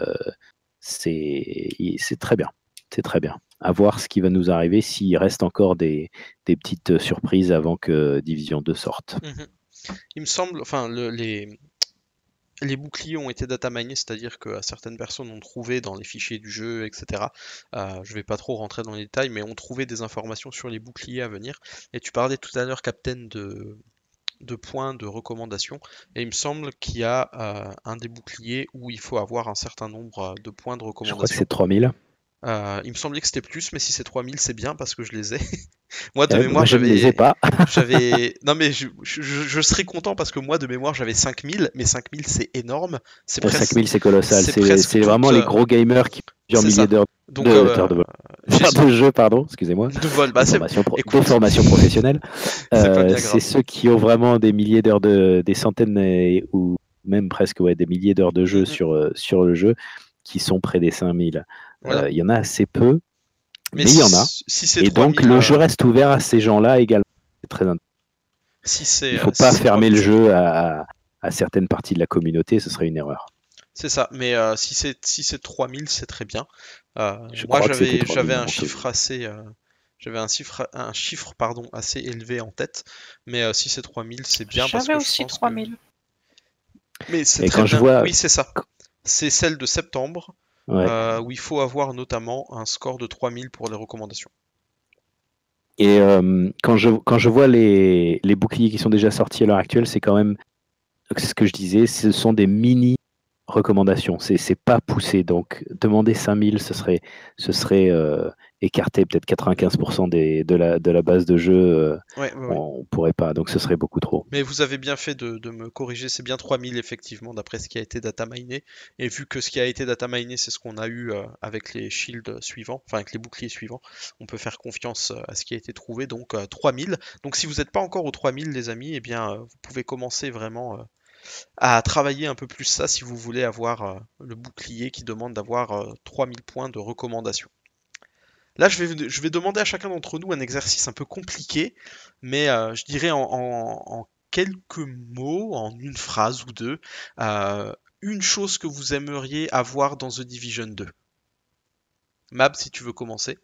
c'est, c'est très bien, c'est très bien. À voir ce qui va nous arriver s'il reste encore des, des petites surprises avant que Division deux sorte. Mmh. Il me semble, enfin, le, les, les boucliers ont été data minés, c'est-à-dire que certaines personnes ont trouvé dans les fichiers du jeu, et cetera. Euh, je vais pas trop rentrer dans les détails, mais ont trouvé des informations sur les boucliers à venir. Et tu parlais tout à l'heure, Captain, de, de points de recommandation. Et il me semble qu'il y a euh, un des boucliers où il faut avoir un certain nombre de points de recommandation. Je crois que c'est trois mille. Euh, il me semblait que c'était plus, mais si c'est trois mille, c'est bien parce que je les ai. Moi, de Euh, mémoire, moi, je ne les ai j'avais. pas. j'avais. Non, mais je, je, je serais content parce que moi, de mémoire, j'avais cinq mille, mais cinq mille, c'est énorme. C'est Euh, presque. cinq mille, c'est colossal. c'est C'est, presque c'est toute, vraiment les euh, gros gamers qui ont plusieurs c'est ça. milliers d'heures Donc, de, euh, d'heures de, j'ai- de jeu, pardon, excusez-moi. de vol. Bah, de, c'est formation, pro- écoute. de formation professionnelle. c'est pas Euh, bien c'est grave. ceux qui ont vraiment des milliers d'heures de, des centaines et- ou même presque ouais, des milliers d'heures de jeu Mhm. sur, euh, sur le jeu qui sont près des cinq mille. Voilà. Euh, Il y en a assez peu, Mais mais il y en a. si, si c'est Et donc, trois mille, le euh, jeu reste ouvert à ces gens-là également. C'est très intéressant. si c'est, Il ne euh, faut si pas c'est fermer 3000, le c'est jeu à, à certaines parties de la communauté, ce serait une erreur. C'est ça, mais euh, si c'est si c'est trois mille, c'est très bien. Euh, Je moi, crois que c'était j'avais trois mille j'avais dans un mon chiffre souvenir. assez euh, j'avais un chiffre un chiffre pardon assez élevé en tête, mais euh, si c'est trois mille, c'est bien parce J'avais que je aussi pense que trois mille. mais c'est Et très quand je bien. vois, Oui, c'est ça. C'est celle de septembre ouais. euh, où il faut avoir notamment un score de trois mille pour les recommandations. Et euh, quand je quand je vois les, les boucliers qui sont déjà sortis à l'heure actuelle, c'est quand même, c'est ce que je disais, ce sont des mini recommandations. C'est c'est pas poussé. Donc demander cinq mille, ce serait ce serait euh, écarter peut-être quatre-vingt-quinze pour cent des de la de la base de jeu. Euh, Ouais, ouais, ouais. on pourrait pas. Donc ce serait beaucoup trop. Mais vous avez bien fait de, de me corriger, c'est bien trois mille effectivement d'après ce qui a été data miné. Et vu que ce qui a été data miné, c'est ce qu'on a eu euh, avec les shields suivants, enfin avec les boucliers suivants, on peut faire confiance euh, à ce qui a été trouvé, donc euh, trois mille. Donc si vous n'êtes pas encore aux trois mille les amis, eh bien euh, vous pouvez commencer vraiment euh, à travailler un peu plus ça si vous voulez avoir euh, le bouclier qui demande d'avoir euh, trois mille points de recommandation. Là, je vais, je vais demander à chacun d'entre nous un exercice un peu compliqué, mais euh, je dirais en, en- en quelques mots, en une phrase ou deux, euh, une chose que vous aimeriez avoir dans The Division deux. Mab, si tu veux commencer.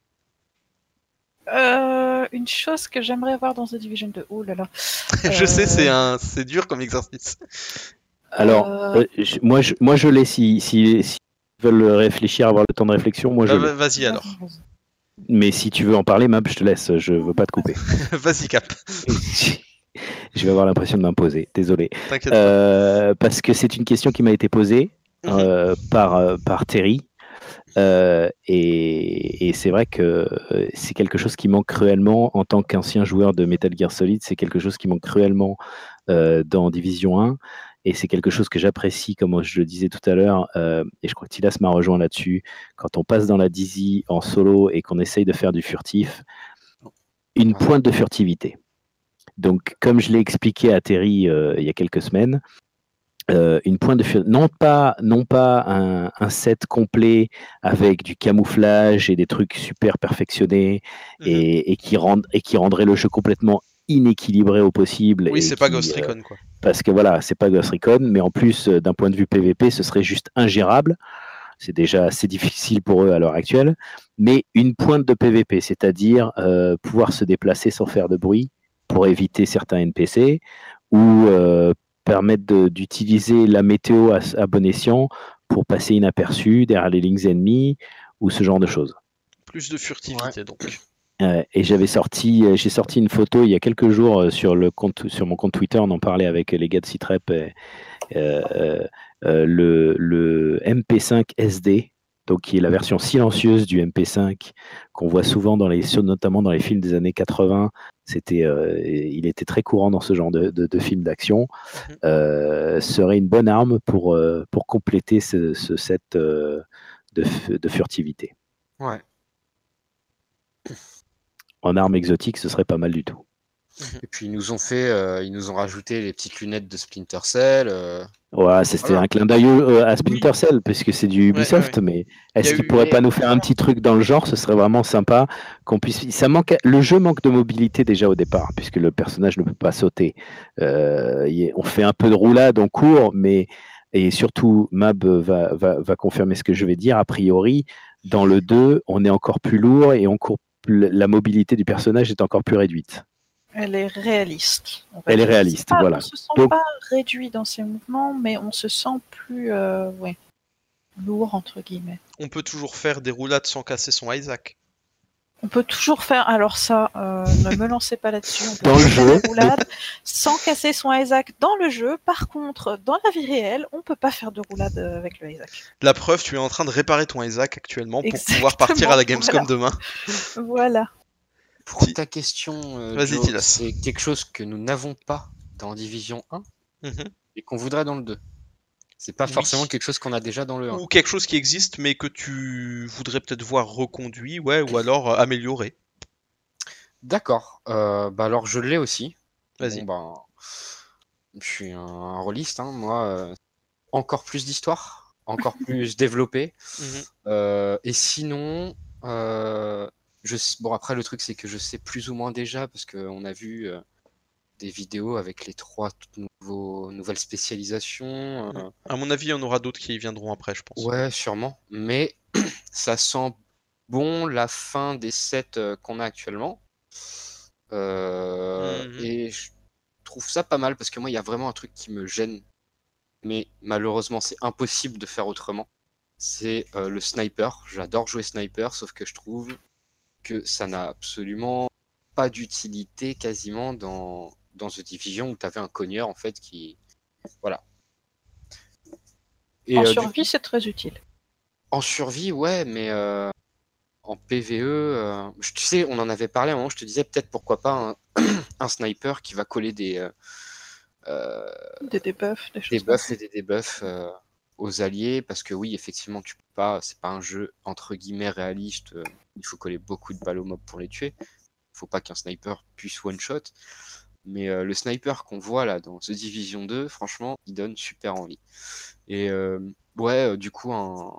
Euh, une chose que j'aimerais avoir dans The Division deux. Oh là là. Je sais, c'est Euh, un, c'est dur comme exercice. Alors euh, euh, je- moi je moi je l'ai si si si ils veulent réfléchir, avoir le temps de réflexion, moi je Bah, l'ai. va- vas-y alors. vas-y. Mais si tu veux en parler, Mab, je te laisse. Je veux pas te couper. Vas-y, Cap. Je vais avoir l'impression de m'imposer. Désolé. T'inquiète pas. Euh, parce que c'est une question qui m'a été posée Mhm. euh, par, euh, par Terry. Euh, et, et c'est vrai que euh, c'est quelque chose qui manque cruellement en tant qu'ancien joueur de Metal Gear Solid. C'est quelque chose qui manque cruellement euh, dans Division un. Et c'est quelque chose que j'apprécie, comme je le disais tout à l'heure. Euh, et je crois que Tilas m'a rejoint là-dessus. Quand on passe dans la Dizzy en solo et qu'on essaye de faire du furtif, une pointe de furtivité. Donc, comme je l'ai expliqué à Terry euh, il y a quelques semaines, euh, une pointe de furtivité, non pas, non pas un, un set complet avec du camouflage et des trucs super perfectionnés Mhm. et, et, qui rend, et qui rendrait le jeu complètement inéquilibré au possible. Oui, et c'est pas qui, Ghost euh, Recon, quoi. parce que voilà, c'est pas Ghost Recon, mais en plus, euh, d'un point de vue P V P, ce serait juste ingérable. C'est déjà assez difficile pour eux à l'heure actuelle. Mais une pointe de P V P, c'est-à-dire euh, pouvoir se déplacer sans faire de bruit pour éviter certains N P C, ou euh, permettre de- d'utiliser la météo à, à bon escient pour passer inaperçu derrière les lignes ennemies, ou ce genre de choses. Plus de furtivité, donc. Euh, et j'avais sorti, euh, j'ai sorti une photo il y a quelques jours euh, sur le compte, sur mon compte Twitter. On en parlait avec les gars de Citrep. Et, euh, euh, le, le M P cinq S D donc qui est la version silencieuse du M P cinq qu'on voit souvent dans les, notamment dans les films des années quatre-vingts. C'était, euh, il était très courant dans ce genre de, de, de films d'action. Mmh. Euh, serait une bonne arme pour, euh, pour compléter ce, ce set euh, de, de furtivité. Ouais. En arme exotique, ce serait pas mal du tout. Et puis ils nous ont fait, euh, ils nous ont rajouté les petites lunettes de Splinter Cell. Euh... Ouais, c'était voilà. Un clin d'œil euh, à Splinter Cell, oui. Puisque c'est du Ubisoft, ouais, ouais. Mais est-ce qu'ils pourraient pas nous faire un petit truc dans le genre? Ce serait vraiment sympa qu'on puisse. Ça manque. Le jeu manque de mobilité déjà au départ, puisque le personnage ne peut pas sauter. Euh, on fait un peu de roulade, on court, mais et surtout Mab va, va, va confirmer ce que je vais dire. A priori, dans le deux, on est encore plus lourd et on court. La mobilité du personnage est encore plus réduite. Elle est réaliste. Elle est réaliste, pas, voilà. On se sent Donc, pas réduit dans ses mouvements, mais on se sent plus euh, ouais, lourd, entre guillemets. On peut toujours faire des roulades sans casser son Isaac. On peut toujours faire... Alors ça, euh, ne me lancez pas là-dessus. On peut dans le faire jeu. des roulades sans casser son Isaac dans le jeu. Par contre, dans la vie réelle, on peut pas faire de roulade avec le Isaac. La preuve, tu es en train de réparer ton Isaac actuellement pour Exactement, pouvoir partir à la Gamescom voilà. demain. Voilà. Pour ta question, euh, Joe, c'est quelque chose que nous n'avons pas dans Division un mm-hmm. et qu'on voudrait dans le deux. C'est pas oui. forcément quelque chose qu'on a déjà dans le un. Ou quelque chose qui existe mais que tu voudrais peut-être voir reconduit, ouais, ou alors euh, amélioré. D'accord. Euh, bah alors je l'ai aussi. Vas-y. Bon, bah, je suis un rôliste, hein, moi. Euh, encore plus d'histoire, encore plus développé. Mm-hmm. Euh, et sinon, euh, je, bon après le truc c'est que je sais plus ou moins déjà parce qu'on a vu euh, des vidéos avec les trois nouveaux, nouvelles spécialisations. Euh... À mon avis, il y en aura d'autres qui viendront après, je pense. Ouais, sûrement. Mais ça sent bon la fin des sets euh, qu'on a actuellement. Euh, mm-hmm. Et je trouve ça pas mal parce que moi, il y a vraiment un truc qui me gêne. Mais malheureusement, c'est impossible de faire autrement. C'est euh, le sniper. J'adore jouer sniper, sauf que je trouve que ça n'a absolument pas d'utilité quasiment dans, dans The Division où tu avais un cogneur en fait qui... Voilà. Et, en euh, survie, coup... c'est très utile. En survie, ouais, mais euh, en P V E, euh, tu sais, on en avait parlé à un moment, je te disais peut-être pourquoi pas un, un sniper qui va coller des... Euh, euh, des debuffs, des, des buffs et des debuffs euh, aux alliés, parce que oui, effectivement, tu peux pas, c'est pas un jeu entre guillemets réaliste, euh, il faut coller beaucoup de balles aux mobs pour les tuer. Faut pas qu'un sniper puisse one-shot. Mais euh, le sniper qu'on voit là dans The Division deux, franchement, il donne super envie. Et euh, ouais, euh, du coup, un...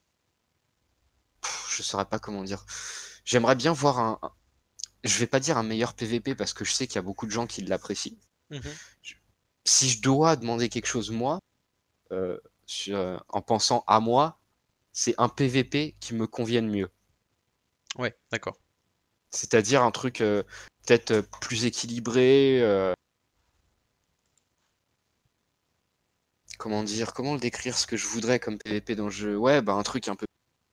Pff, je saurais pas comment dire. J'aimerais bien voir un... Je vais pas dire un meilleur P V P parce que je sais qu'il y a beaucoup de gens qui l'apprécient. Mm-hmm. Je... Si je dois demander quelque chose moi, euh, sur... en pensant à moi, c'est un P V P qui me convienne mieux. Ouais, d'accord. C'est-à-dire un truc euh, peut-être euh, plus équilibré. Euh... Comment dire, comment le décrire ce que je voudrais comme P V P dans le jeu? Ouais, bah un truc un peu.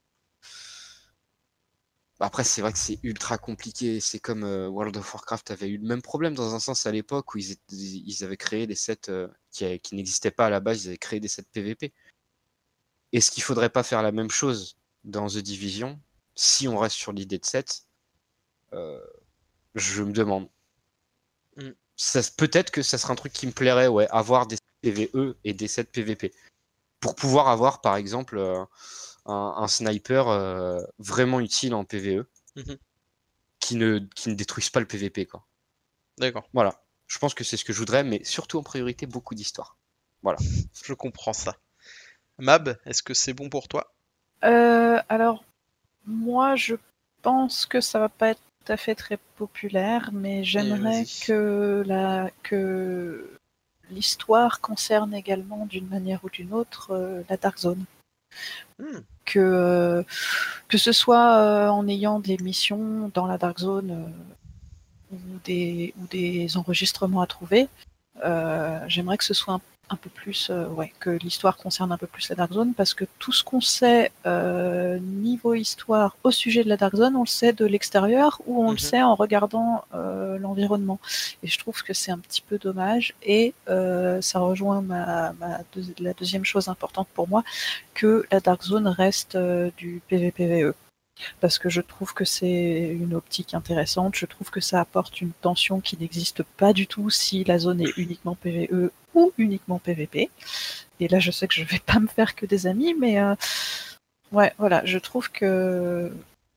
Après, c'est vrai que c'est ultra compliqué. C'est comme euh, World of Warcraft avait eu le même problème dans un sens à l'époque où ils, étaient... ils avaient créé des sets euh, qui, qui n'existaient pas à la base. Ils avaient créé des sets P V P. Est-ce qu'il faudrait pas faire la même chose dans The Division si on reste sur l'idée de set? euh... Je me demande. Mm. Ça, peut-être que ça serait un truc qui me plairait, ouais, avoir des P V E et des sets P V P. Pour pouvoir avoir, par exemple, euh, un, un sniper euh, vraiment utile en P V E mm-hmm. qui, ne, qui ne détruise pas le P V P, quoi. D'accord. Voilà. Je pense que c'est ce que je voudrais, mais surtout en priorité, beaucoup d'histoire. Voilà. Je comprends ça. Mab, est-ce que c'est bon pour toi? euh, Alors, moi, je pense que ça va pas être tout à fait très populaire, mais j'aimerais que la que l'histoire concerne également d'une manière ou d'une autre euh, la Dark Zone. Mm. Que euh, que ce soit euh, en ayant des missions dans la Dark Zone euh, ou des ou des enregistrements à trouver, euh, j'aimerais que ce soit un, un peu plus, euh, ouais, que l'histoire concerne un peu plus la Dark Zone, parce que tout ce qu'on sait euh, niveau histoire au sujet de la Dark Zone, on le sait de l'extérieur ou on Mhm. le sait en regardant euh, l'environnement. Et je trouve que c'est un petit peu dommage. Et euh, ça rejoint ma, ma deux- la deuxième chose importante pour moi, que la Dark Zone reste euh, du P V P V E. Parce que je trouve que c'est une optique intéressante, je trouve que ça apporte une tension qui n'existe pas du tout si la zone est uniquement P V E ou uniquement P V P. Et là, je sais que je vais pas me faire que des amis, mais euh, ouais, voilà, je trouve que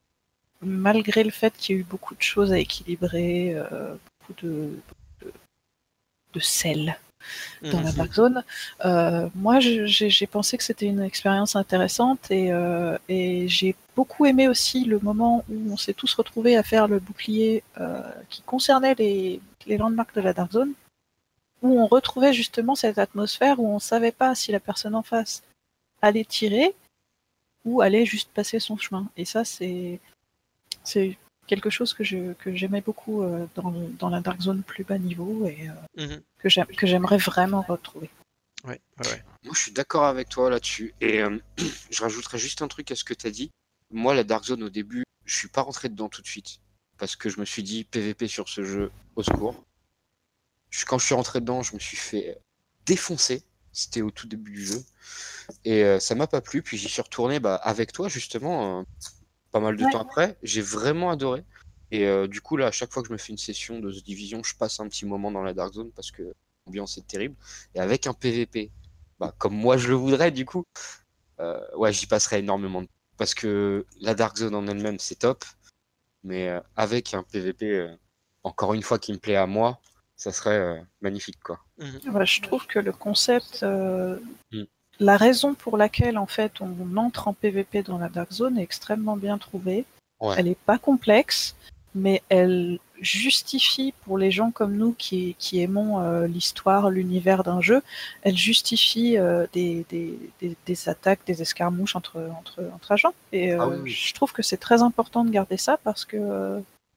malgré le fait qu'il y a eu beaucoup de choses à équilibrer, euh, beaucoup de, de, de sel dans la Mhm. Dark Zone. Euh, moi, je- j'ai j'ai pensé que c'était une expérience intéressante et, euh, et j'ai beaucoup aimé aussi le moment où on s'est tous retrouvés à faire le bouclier euh, qui concernait les, les landmarks de la Dark Zone, où on retrouvait justement cette atmosphère où on savait pas si la personne en face allait tirer ou allait juste passer son chemin. Et ça, c'est c'est quelque chose que je que j'aimais beaucoup euh, dans, le- dans la Dark Zone plus bas niveau et euh, Mhm. que j'aime- que j'aimerais vraiment retrouver. Ouais, ouais, ouais. Moi, je suis d'accord avec toi là-dessus. Et euh, je rajouterais juste un truc à ce que tu as dit. Moi, la Dark Zone, au début, je suis pas rentré dedans tout de suite. Parce que je me suis dit, P V P sur ce jeu, au secours. Je- Quand je suis rentré dedans, je me suis fait défoncer. C'était au tout début du jeu. Et euh, ça m'a pas plu. Puis j'y suis retourné bah, avec toi, justement, euh, pas mal de Ouais. temps après. J'ai vraiment adoré. Et euh, du coup, là, à chaque fois que je me fais une session de The Division, je passe un petit moment dans la Dark Zone parce que l'ambiance est terrible. Et avec un P V P, bah, comme moi je le voudrais, du coup, euh, ouais, j'y passerai énormément de temps. Parce que la Dark Zone en elle-même, c'est top. Mais euh, avec un P V P, euh, encore une fois, qui me plaît à moi, ça serait euh, magnifique, quoi. Mhm. Voilà, je trouve que le concept, euh, Mm. la raison pour laquelle en fait on entre en P V P dans la Dark Zone est extrêmement bien trouvée. Ouais. Elle n'est pas complexe, mais elle justifie pour les gens comme nous qui, qui aimons euh, l'histoire, l'univers d'un jeu, elle justifie euh, des, des, des, des attaques, des escarmouches entre, entre, entre agents. Et euh, Ah oui, oui. je trouve que c'est très important de garder ça parce que euh,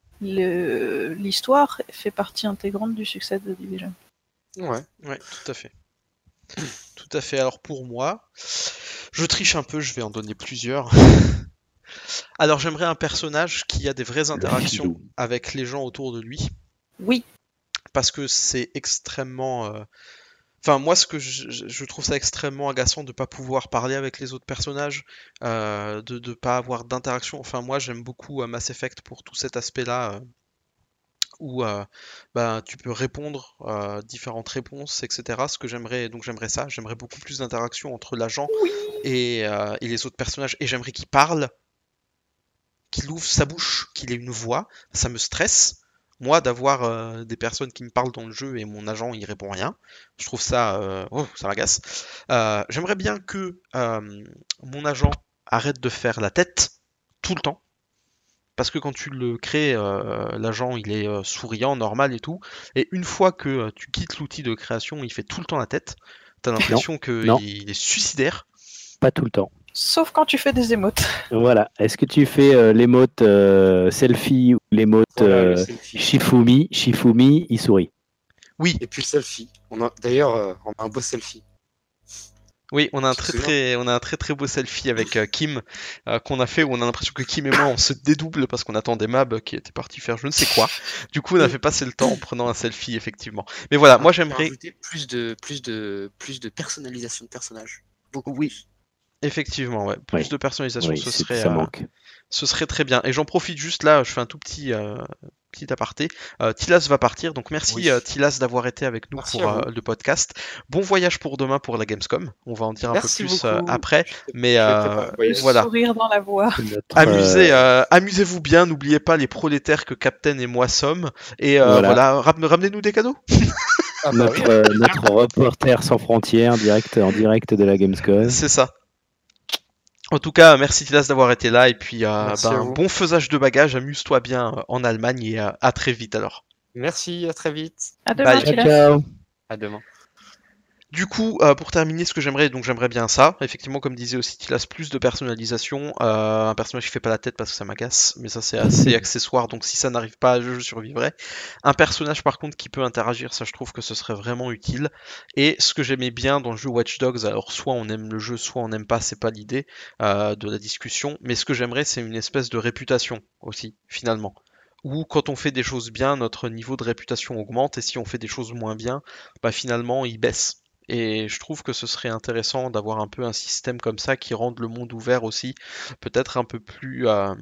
le- l'histoire fait partie intégrante du succès de The Division. Ouais. Ouais, tout à fait. Tout à fait. Alors pour moi, je triche un peu, je vais en donner plusieurs. Alors j'aimerais un personnage qui a des vraies interactions filou. avec les gens autour de lui, Oui, parce que c'est extrêmement... euh, Enfin, moi, ce que je, je- je trouve ça extrêmement agaçant de pas pouvoir parler avec les autres personnages, euh, de ne pas avoir d'interaction. Enfin, moi, j'aime beaucoup euh, Mass Effect pour tout cet aspect-là, euh, où euh, bah, tu peux répondre euh, différentes réponses, et cetera. Ce que j'aimerais, donc j'aimerais ça. J'aimerais beaucoup plus d'interaction entre l'agent et, euh, et les autres personnages. Et j'aimerais qu'il parle, qu'il ouvre sa bouche, qu'il ait une voix. Ça me stresse. Moi, d'avoir euh, des personnes qui me parlent dans le jeu et mon agent il répond rien, je trouve ça, euh, oh, ça m'agace. Euh, j'aimerais bien que euh, mon agent arrête de faire la tête tout le temps, parce que quand tu le crées, euh, l'agent il est euh, souriant, normal et tout, et une fois que euh, tu quittes l'outil de création, il fait tout le temps la tête. T'as l'impression non. qu'il est suicidaire. Pas tout le temps. sauf quand tu fais des émotes. Voilà. Est-ce que tu fais euh, l'émote euh, selfie ou l'émote Voilà, le euh, selfie. Shifumi Shifumi, il sourit. Oui, Et puis le selfie. On a... D'ailleurs, euh, on a un beau selfie. oui, on a un Tu te très souviens très, on a un très très beau selfie avec euh, Kim euh, qu'on a fait où on a l'impression que Kim et moi on se dédouble parce qu'on attendait Mab qui était parti faire je ne sais quoi. Du coup, on a fait passer le temps en prenant un selfie effectivement. Mais voilà, moi On peut j'aimerais, rajouter plus de, plus de, plus de personnalisation de personnages. Beaucoup oui, plus. effectivement, ouais, plus Oui. de personnalisation, Oui, ce c'est- serait, ça euh, manque. ce serait très bien. Et j'en profite juste là, je fais un tout petit, euh, petit aparté. Euh, Tilas va partir, donc merci Oui. euh, Tilas d'avoir été avec nous Merci pour à euh, vous. le podcast. Bon voyage pour demain pour la Gamescom. On va en dire un Merci peu plus beaucoup. euh, après, Je vais- mais je vais euh, préparer le Le voyage. voilà. sourire dans la voix. Notre, Amusez, euh, euh, amusez-vous bien, n'oubliez pas les prolétaires que Captain et moi sommes. Et euh, Voilà. voilà, ram- ramenez-nous des cadeaux. Ah bah oui. notre, euh, notre reporter sans frontières, direct, en direct de la Gamescom. C'est ça. En tout cas, merci Tilas d'avoir été là. Et puis, euh, Merci à ben, vous. bon faisage de bagages. Amuse-toi bien euh, en Allemagne et euh, à très vite alors. Merci, à très vite. À demain, Bye. Ciao, Tilas. ciao. À demain. Du coup, euh, pour terminer, ce que j'aimerais, donc j'aimerais bien ça. Effectivement, comme disait aussi Tilas, plus de personnalisation. Euh, un personnage qui fait pas la tête parce que ça m'agace, mais ça c'est assez accessoire. Donc si ça n'arrive pas, je, je survivrai. Un personnage par contre qui peut interagir, ça je trouve que ce serait vraiment utile. Et ce que j'aimais bien dans le jeu Watch Dogs, alors soit on aime le jeu, soit on n'aime pas, c'est pas l'idée euh, de la discussion. Mais ce que j'aimerais, c'est une espèce de réputation aussi, finalement. Où quand on fait des choses bien, notre niveau de réputation augmente, et si on fait des choses moins bien, bah finalement il baisse. Et je trouve que ce serait intéressant d'avoir un peu un système comme ça qui rende le monde ouvert aussi, peut-être un peu plus, euh,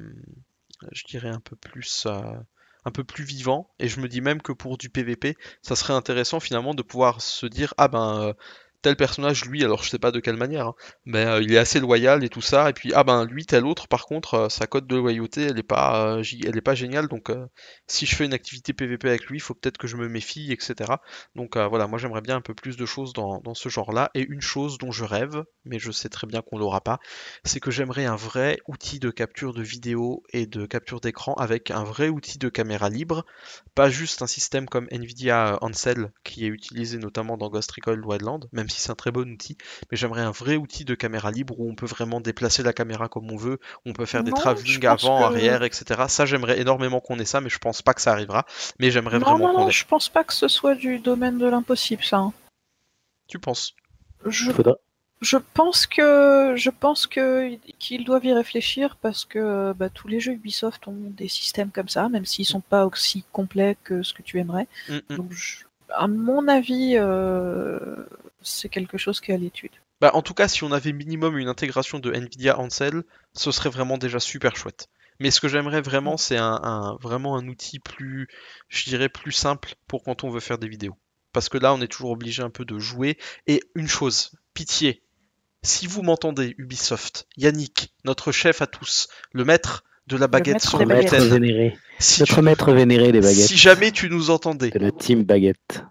je dirais un peu plus, euh, un peu plus vivant. Et je me dis même que pour du P V P, ça serait intéressant finalement de pouvoir se dire ah ben euh, tel personnage, lui, alors je sais pas de quelle manière, hein, mais euh, il est assez loyal et tout ça. Et puis ah ben lui, tel autre, par contre, euh, sa cote de loyauté, elle est pas, euh, elle est pas géniale. Donc euh, si je fais une activité P V P avec lui, il faut peut-être que je me méfie, et cetera. Donc euh, voilà, moi j'aimerais bien un peu plus de choses dans, dans ce genre-là. Et une chose dont je rêve, mais je sais très bien qu'on l'aura pas, c'est que j'aimerais un vrai outil de capture de vidéo et de capture d'écran avec un vrai outil de caméra libre, pas juste un système comme Nvidia Ansel qui est utilisé notamment dans Ghost Recon Wildlands, même si c'est un très bon outil, mais j'aimerais un vrai outil de caméra libre où on peut vraiment déplacer la caméra comme on veut, on peut faire des Non, je travelling pense avant, que... arrière, et cetera. Ça j'aimerais énormément qu'on ait ça, mais je pense pas que ça arrivera, mais j'aimerais Non, vraiment non, qu'on non, l'ait. je pense pas que ce soit du domaine de l'impossible, ça. hein. Tu penses? Je, Faudra... je pense que je pense que qu'ils doivent y réfléchir parce que bah, tous les jeux Ubisoft ont des systèmes comme ça, même s'ils sont pas aussi complets que ce que tu aimerais. Mm, mm. Donc, je- à mon avis, euh, c'est quelque chose qui est à l'étude. Bah, en tout cas, si on avait minimum une intégration de Nvidia Ansel, ce serait vraiment déjà super chouette. Mais ce que j'aimerais vraiment, c'est un, un- vraiment un outil plus, je dirais, plus simple pour quand on veut faire des vidéos. Parce que là, on est toujours obligé un peu de jouer. Et une chose, pitié, si vous m'entendez, Ubisoft, Yannick, notre chef à tous, le maître de la baguette maître sur des le baguettes. Maître gluten, vénéré. si, Notre tu nous- maître vénéré des baguettes. si jamais tu nous entendais, De la team baguette.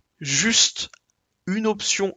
juste une option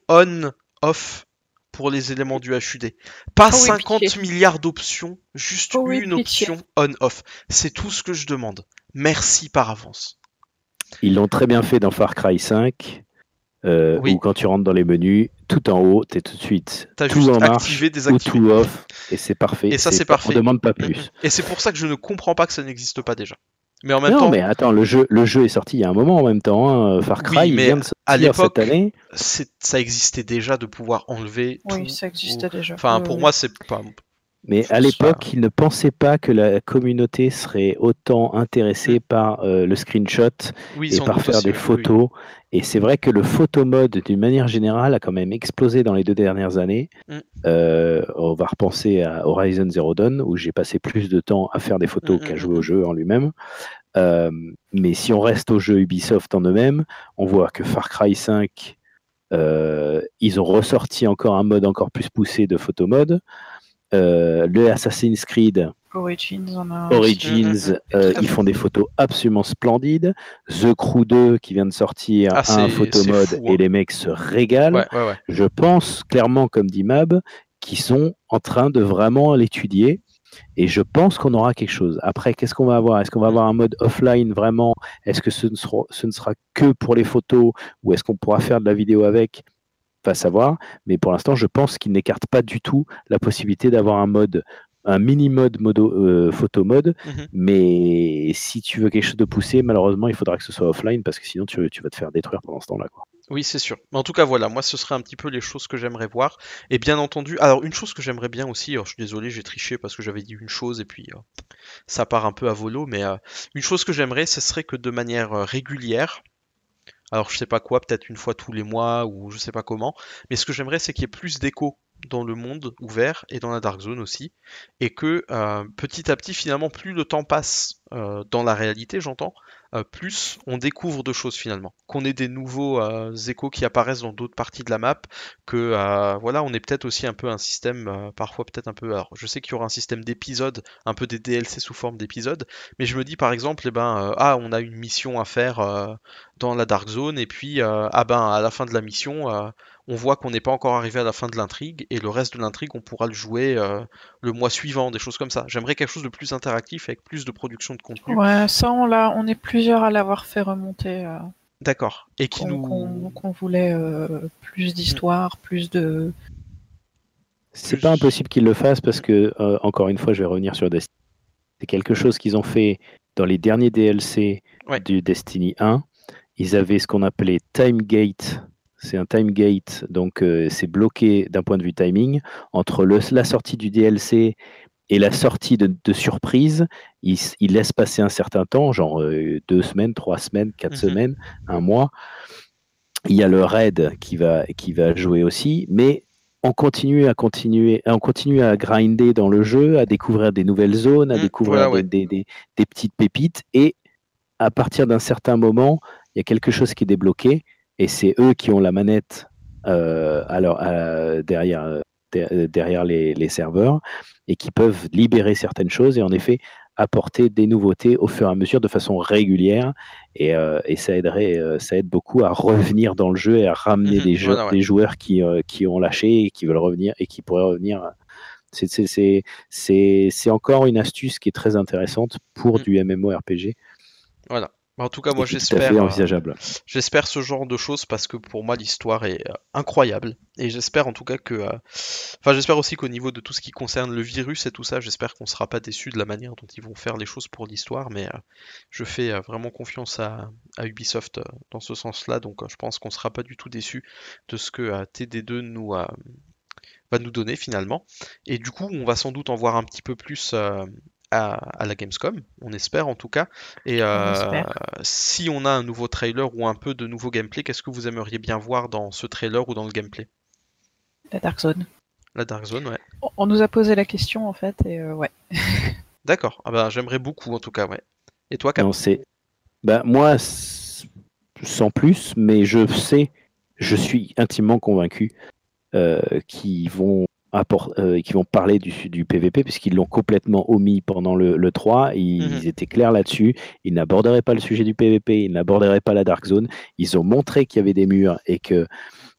on-off pour les éléments du H U D. Pas Oh oui, cinquante pitié. milliards d'options, juste Oh oui, une pitié. option on-off. C'est tout ce que je demande. Merci par avance. Ils l'ont très bien fait dans Far Cry cinq, euh, Oui. où quand tu rentres dans les menus, tout en haut, t'es tout de suite T'as tout juste en marche activé, ou désactivé. tout off, et c'est parfait. Et ça, c'est pas- parfait. On demande pas Mhm. plus. Et c'est pour ça que je ne comprends pas que ça n'existe pas déjà. Mais en même Non, temps, mais attends, le jeu, le jeu est sorti il y a un moment en même temps. hein. Far Cry, Oui, il mais vient de à sortir l'époque, cette année. c'est- ça existait déjà de pouvoir enlever tout. Oui, ça existait ou- déjà. Enfin, Oui, pour oui. moi, c'est pas. Mais je à pense l'époque, pas. ils ne pensaient pas que la communauté serait autant intéressée par euh, le screenshot Oui, et sans par doute faire aussi, des oui, oui, oui. photos. Et c'est vrai que le photo mode, d'une manière générale, a quand même explosé dans les deux dernières années. Mm. Euh, on va repenser à Horizon Zero Dawn, où j'ai passé plus de temps à faire des photos Mm, qu'à mm, jouer mm, au jeu en lui-même. Euh, mais si on reste au jeu Ubisoft en eux-mêmes, on voit que Far Cry cinq, euh, ils ont ressorti encore un mode encore plus poussé de photo mode. Euh, le Assassin's Creed Origins, on a aussi. Origins, Mm, mm, mm. euh, Tout à ils fait. font des photos absolument splendides. The Crew deux qui vient de sortir Ah, a un c'est photo c'est mode fou, et hein. les mecs se régalent. Ouais, ouais, ouais. Je pense clairement, comme dit Mab, qu'ils sont en train de vraiment l'étudier. Et je pense qu'on aura quelque chose. Après, qu'est-ce qu'on va avoir? Est-ce qu'on va avoir un mode offline vraiment? Est-ce que ce ne, sera, ce ne sera que pour les photos ou est-ce qu'on pourra faire de la vidéo avec? Pas savoir. Mais pour l'instant, je pense qu'ils n'écartent pas du tout la possibilité d'avoir un mode, un mini mode modo, euh, photo mode. Mhm. Mais si tu veux quelque chose de poussé, malheureusement, il faudra que ce soit offline parce que sinon, tu, tu vas te faire détruire pendant ce temps-là. Quoi. Oui, c'est sûr. Mais en tout cas, voilà, moi, ce serait un petit peu les choses que j'aimerais voir. Et bien entendu, alors une chose que j'aimerais bien aussi, alors je suis désolé, j'ai triché parce que j'avais dit une chose et puis euh, ça part un peu à volo, mais euh, une chose que j'aimerais, ce serait que de manière euh, régulière, alors je sais pas quoi, peut-être une fois tous les mois ou je sais pas comment, mais ce que j'aimerais, c'est qu'il y ait plus d'écho dans le monde ouvert et dans la Dark Zone aussi, et que euh, petit à petit, finalement, plus le temps passe euh, dans la réalité, j'entends, euh, plus on découvre de choses finalement, qu'on ait des nouveaux euh, échos qui apparaissent dans d'autres parties de la map, que euh, voilà, on est peut-être aussi un peu un système, euh, parfois peut-être un peu, alors je sais qu'il y aura un système d'épisodes, un peu des D L C sous forme d'épisodes, mais je me dis par exemple, eh ben, euh, ah, on a une mission à faire euh, dans la Dark Zone, et puis euh, ah ben à la fin de la mission, euh, on voit qu'on n'est pas encore arrivé à la fin de l'intrigue, et le reste de l'intrigue, on pourra le jouer euh, le mois suivant, des choses comme ça. J'aimerais quelque chose de plus interactif, avec plus de production de contenu. Ouais, ça, on, l'a, on est plusieurs à l'avoir fait remonter. euh. D'accord. Et qui qu'on nous... qu'on- qu'on voulait euh, plus d'histoire, plus de... C'est Plus- pas impossible qu'ils le fassent parce que, euh, encore une fois, je vais revenir sur Destiny. C'est quelque chose qu'ils ont fait dans les derniers D L C Ouais. du Destiny un. Ils avaient ce qu'on appelait Time Gate. C'est un time gate, donc euh, c'est bloqué d'un point de vue timing entre le- la sortie du D L C et la sortie de, de surprise. Ils, ils laissent passer un certain temps, genre euh, deux semaines, trois semaines, quatre Mhm. semaines, un mois. Il y a le raid qui va, qui va jouer aussi, mais on continue à continuer, on continue à grinder dans le jeu, à découvrir des nouvelles zones, à Mm, découvrir voilà, des, ouais. des- des- des petites pépites. Et à partir d'un certain moment, il y a quelque chose qui est débloqué, et c'est eux qui ont la manette euh, alors, euh, derrière, euh, der- derrière les, les serveurs, et qui peuvent libérer certaines choses, et en effet apporter des nouveautés au fur et à mesure de façon régulière, et, euh, et ça aiderait, euh, ça aide beaucoup à revenir dans le jeu et à ramener Mhm, des, jeux, voilà, ouais. des joueurs qui, euh, qui ont lâché et qui veulent revenir et qui pourraient revenir. C'est, c'est, c'est, c'est, c'est encore une astuce qui est très intéressante pour Mm. du MMORPG Voilà. En tout cas, et moi, qui est tout à fait j'espère... euh, envisageable. J'espère ce genre de choses parce que pour moi l'histoire est euh, incroyable et j'espère en tout cas que, euh, enfin j'espère aussi qu'au niveau de tout ce qui concerne le virus et tout ça, j'espère qu'on sera pas déçu de la manière dont ils vont faire les choses pour l'histoire, mais euh, je fais euh, vraiment confiance à, à Ubisoft euh, dans ce sens-là, donc euh, je pense qu'on sera pas du tout déçu de ce que euh, T D deux nous euh, va nous donner finalement. Et du coup, on va sans doute en voir un petit peu plus euh, à, à la Gamescom, on espère en tout cas. Et On euh, espère. si on a un nouveau trailer ou un peu de nouveau gameplay, qu'est-ce que vous aimeriez bien voir dans ce trailer ou dans le gameplay? La Dark Zone. La Dark Zone, ouais. On- On nous a posé la question en fait, et euh, ouais. D'accord. Ah ben, j'aimerais beaucoup en tout cas, ouais. Et toi, Cap? Non, c'est. Bah, moi, c- sans plus, mais je sais, je suis intimement convaincu euh, qu'ils vont, apport- euh, qu'ils vont parler du, du P V P, puisqu'ils l'ont complètement omis pendant le, le trois. Ils, Mhm. ils étaient clairs là-dessus. Ils n'aborderaient pas le sujet du P V P, ils n'aborderaient pas la Dark Zone. Ils ont montré qu'il y avait des murs et que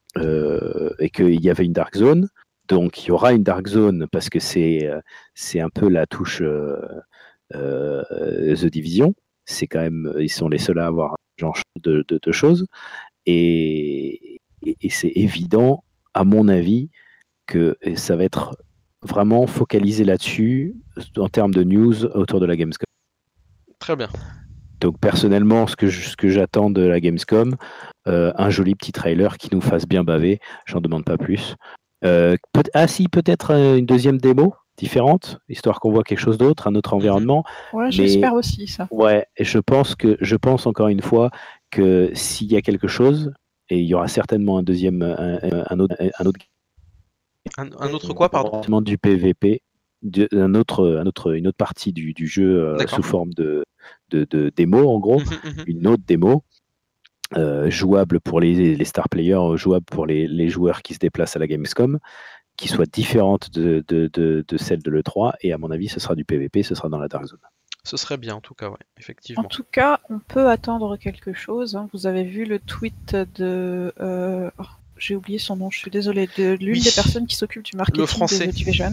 euh, et qu'il y avait une Dark Zone. Donc, il y aura une Dark Zone parce que c'est euh, c'est un peu la touche euh, euh, The Division. C'est quand même, ils sont les seuls à avoir ce genre de, de, de choses. Et, et, et c'est évident, à mon avis, que ça va être vraiment focalisé là-dessus en termes de news autour de la Gamescom. Très bien. Donc personnellement, ce que, je- ce que j'attends de la Gamescom, euh, un joli petit trailer qui nous fasse bien baver, j'en demande pas plus. Euh, peut- ah si, peut-être euh, une deuxième démo différente, histoire qu'on voit quelque chose d'autre, un autre environnement. Ouais, Mais j'espère aussi ça. ouais, et je pense que je pense encore une fois que s'il y a quelque chose, et il y aura certainement un deuxième, un, un autre, un autre Un, un autre quoi, pardon? renforcement du P V P, de- un autre, un autre, une autre partie du, du jeu euh, D'accord. sous forme de, de, de démo en gros, Mhm, mhm. une autre démo euh, jouable pour les, les star players, jouable pour les, les joueurs qui se déplacent à la Gamescom, qui soit différente de, de, de, de celle de l'E trois, et à mon avis ce sera du P V P, ce sera dans la Dark Zone. Ce serait bien en tout cas, ouais, En effectivement. tout cas, on peut attendre quelque chose. hein. Vous avez vu le tweet de... euh, oh, j'ai oublié son nom, je suis désolée, de l'une Oui. des personnes qui s'occupe du marketing Le français. de The Division,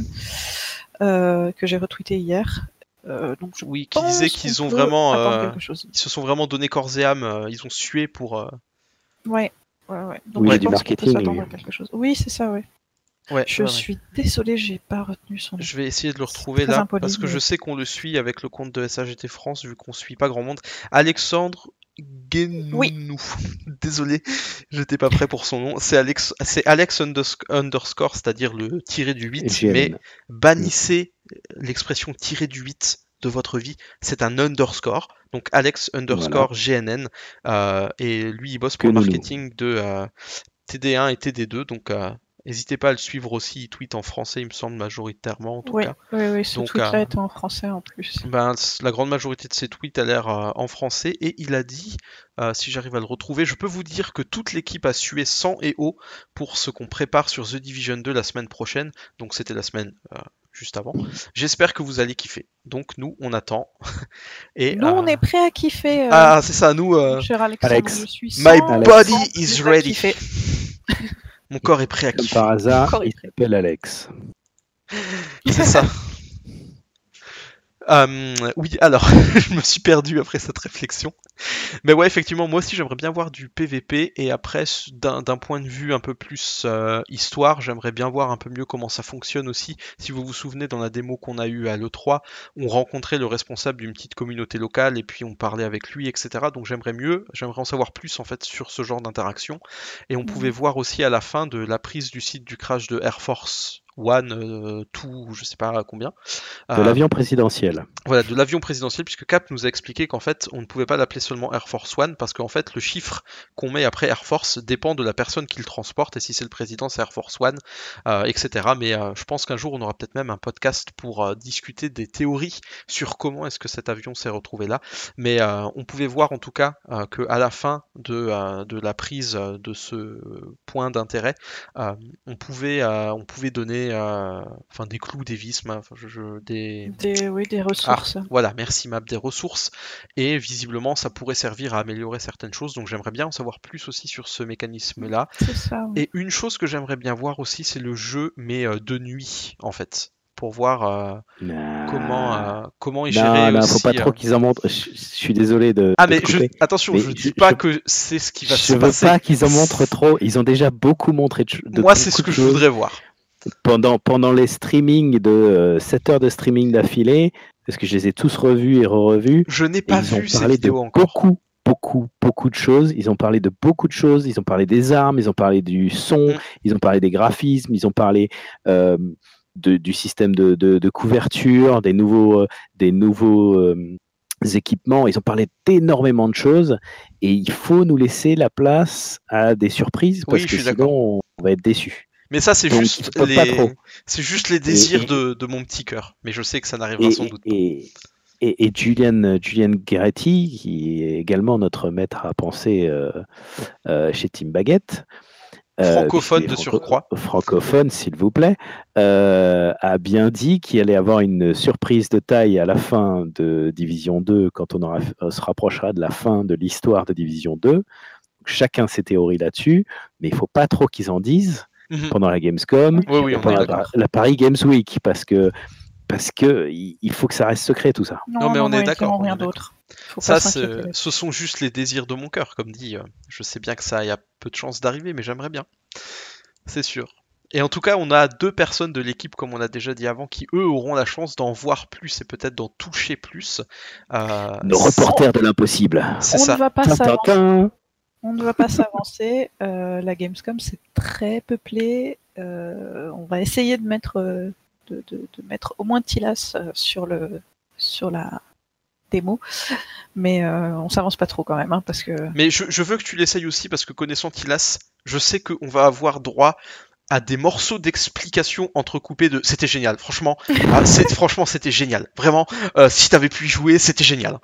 euh, que j'ai retweeté hier. Euh, donc je Oui, qui pense disait qu'ils qu'on ont peut vraiment, attendre euh, quelque chose. ils se sont vraiment donné corps et âme, euh, ils ont sué pour. euh, Ouais, ouais, ouais. Donc Oui, je du pense qu'on peut marketing, s'attendre oui. à quelque chose. Oui, c'est ça, ouais. Ouais, Je ouais, ouais. suis désolée, j'ai pas retenu son nom. Je vais essayer de le retrouver très là, impoli, parce que mais- je sais qu'on le suit avec le compte de S A G T France, vu qu'on suit pas grand monde. Alexandre Guénou. Oui. Désolé, j'étais pas prêt pour son nom. C'est Alex, c'est Alex undersc- underscore, c'est-à-dire le tiré du huit, G N N. mais bannissez l'expression tiré du huit de votre vie. C'est un underscore, donc Alex underscore G N N, euh, et lui il bosse pour Que le nounou. marketing de euh, T D un et T D deux, donc euh, n'hésitez pas à le suivre aussi, il tweet en français, il me semble, majoritairement en tout Oui, cas. oui, oui, ce Donc, tweet-là euh, était en français en plus. Ben, c- la grande majorité de ses tweets a l'air euh, en français et il a dit, euh, si j'arrive à le retrouver, je peux vous dire que toute l'équipe a sué sang et eau pour ce qu'on prépare sur The Division deux la semaine prochaine. Donc c'était la semaine euh, juste avant. J'espère que vous allez kiffer. Donc nous, on attend. et Nous, euh, on est prêt à kiffer. euh, Ah, c'est ça, nous. euh, Cher Alexandre, Alex. je suis My cent body pour cent is prêt à ready. kiffer. Mon corps est prêt à Comme kiffer. par hasard, Encore il une s'appelle Alex. C'est ça. Euh, oui, alors, je me suis perdu après cette réflexion. Mais ouais, effectivement, moi aussi j'aimerais bien voir du P V P et après, d'un d'un point de vue un peu plus euh, histoire, j'aimerais bien voir un peu mieux comment ça fonctionne aussi. Si vous vous souvenez, dans la démo qu'on a eue à l'E trois, on rencontrait le responsable d'une petite communauté locale et puis on parlait avec lui, et cetera. Donc j'aimerais mieux, j'aimerais en savoir plus en fait sur ce genre d'interaction. Et on pouvait Mhm. voir aussi à la fin de la prise du site du crash de Air Force One, euh, tout, je sais pas combien. De Euh, l'avion présidentiel. voilà, de l'avion présidentiel, puisque Cap nous a expliqué qu'en fait, on ne pouvait pas l'appeler seulement Air Force One, parce qu'en fait, le chiffre qu'on met après Air Force dépend de la personne qui le transporte, et si c'est le président, c'est Air Force One, euh, et cetera. Mais euh, je pense qu'un jour, on aura peut-être même un podcast pour euh, discuter des théories sur comment est-ce que cet avion s'est retrouvé là. Mais euh, on pouvait voir en tout cas euh, qu'à la fin de, euh, de la prise euh, de ce point d'intérêt, euh, on, pouvait, euh, on pouvait donner euh, enfin, des clous, des vis, enfin, je, je- des... Des, oui, des Ah, ressources. voilà, merci Map, des ressources, et visiblement ça pourrait servir à améliorer certaines choses, donc j'aimerais bien en savoir plus aussi sur ce mécanisme-là. C'est ça. Oui. Et une chose que j'aimerais bien voir aussi, c'est le jeu, mais euh, de nuit, en fait, pour voir euh, Non, comment, euh, comment il non, gérait non, aussi... faut pas euh, trop qu'ils en montrent. Je, je suis désolé de, Ah de mais te je... couper. attention, Mais je dis je- pas je- que c'est ce qui va se Je veux passer. pas qu'ils en montrent trop. Ils ont déjà beaucoup montré de, ch- de Moi, c'est beaucoup ce de que je choses voudrais voir. pendant, pendant les streamings de euh, sept heures de streaming d'affilée, parce que je les ai tous revus et re-revus. Je n'ai Et pas ils ont vu ces parlé de vidéos encore. beaucoup, beaucoup, beaucoup de choses. Ils ont parlé de beaucoup de choses. Ils ont parlé des armes, ils ont parlé du son, Mm. ils ont parlé des graphismes, ils ont parlé euh, de, du système de, de, de couverture, des nouveaux, euh, des nouveaux euh, équipements. Ils ont parlé d'énormément de choses. Et il faut nous laisser la place à des surprises, parce Oui, je que suis d'accord. sinon, on va être déçus. Mais ça, c'est Donc, ils juste spoilent pas trop. les, c'est juste les Et, désirs et, de, de mon petit cœur. Mais je sais que ça n'arrivera sans et, doute pas. et, et, et Julian, Julian Gueretti, qui est également notre maître à penser euh, euh, chez Team Baguette, euh, Francophone puisqu'il est de franco- surcroît. francophone, s'il vous plaît, euh, a bien dit qu'il allait avoir une surprise de taille à la fin de Division deux, quand on, aura, on se rapprochera de la fin de l'histoire de Division deux. Chacun ses théories là-dessus, mais il ne faut pas trop qu'ils en disent Mhm. pendant la Gamescom Oui, oui, et on est pendant la, d'accord. la Paris Games Week, parce que parce que il il faut que ça reste secret tout ça. Non, Non, mais non, on non, est ils d'accord, diront on est rien d'accord. d'autre. Faut Ça, pas s'inquiéter c'est- là-dessus. ce sont juste les désirs de mon cœur, comme dit. euh, Je sais bien que ça, il y a peu de chances d'arriver, mais j'aimerais bien. C'est sûr. Et en tout cas, on a deux personnes de l'équipe, comme on a déjà dit avant, qui eux auront la chance d'en voir plus et peut-être d'en toucher plus. Euh, Nos c'est- reporters de l'impossible. c'est On ne ça. va pas Tin, tin, s'avancer. tin. On ne va pas s'avancer. Euh, la Gamescom, c'est très peuplé. Euh, on va essayer de mettre, euh, de, de- de mettre au moins Tilas euh, sur, le, sur la démo. Mais euh, on s'avance pas trop quand même, hein, parce que Mais je, je veux que tu l'essayes aussi parce que connaissant Tilas, je sais qu'on va avoir droit à des morceaux d'explication entrecoupés de c'était génial, franchement, ah, c'est, franchement c'était génial, vraiment, euh, si t'avais pu y jouer, c'était génial.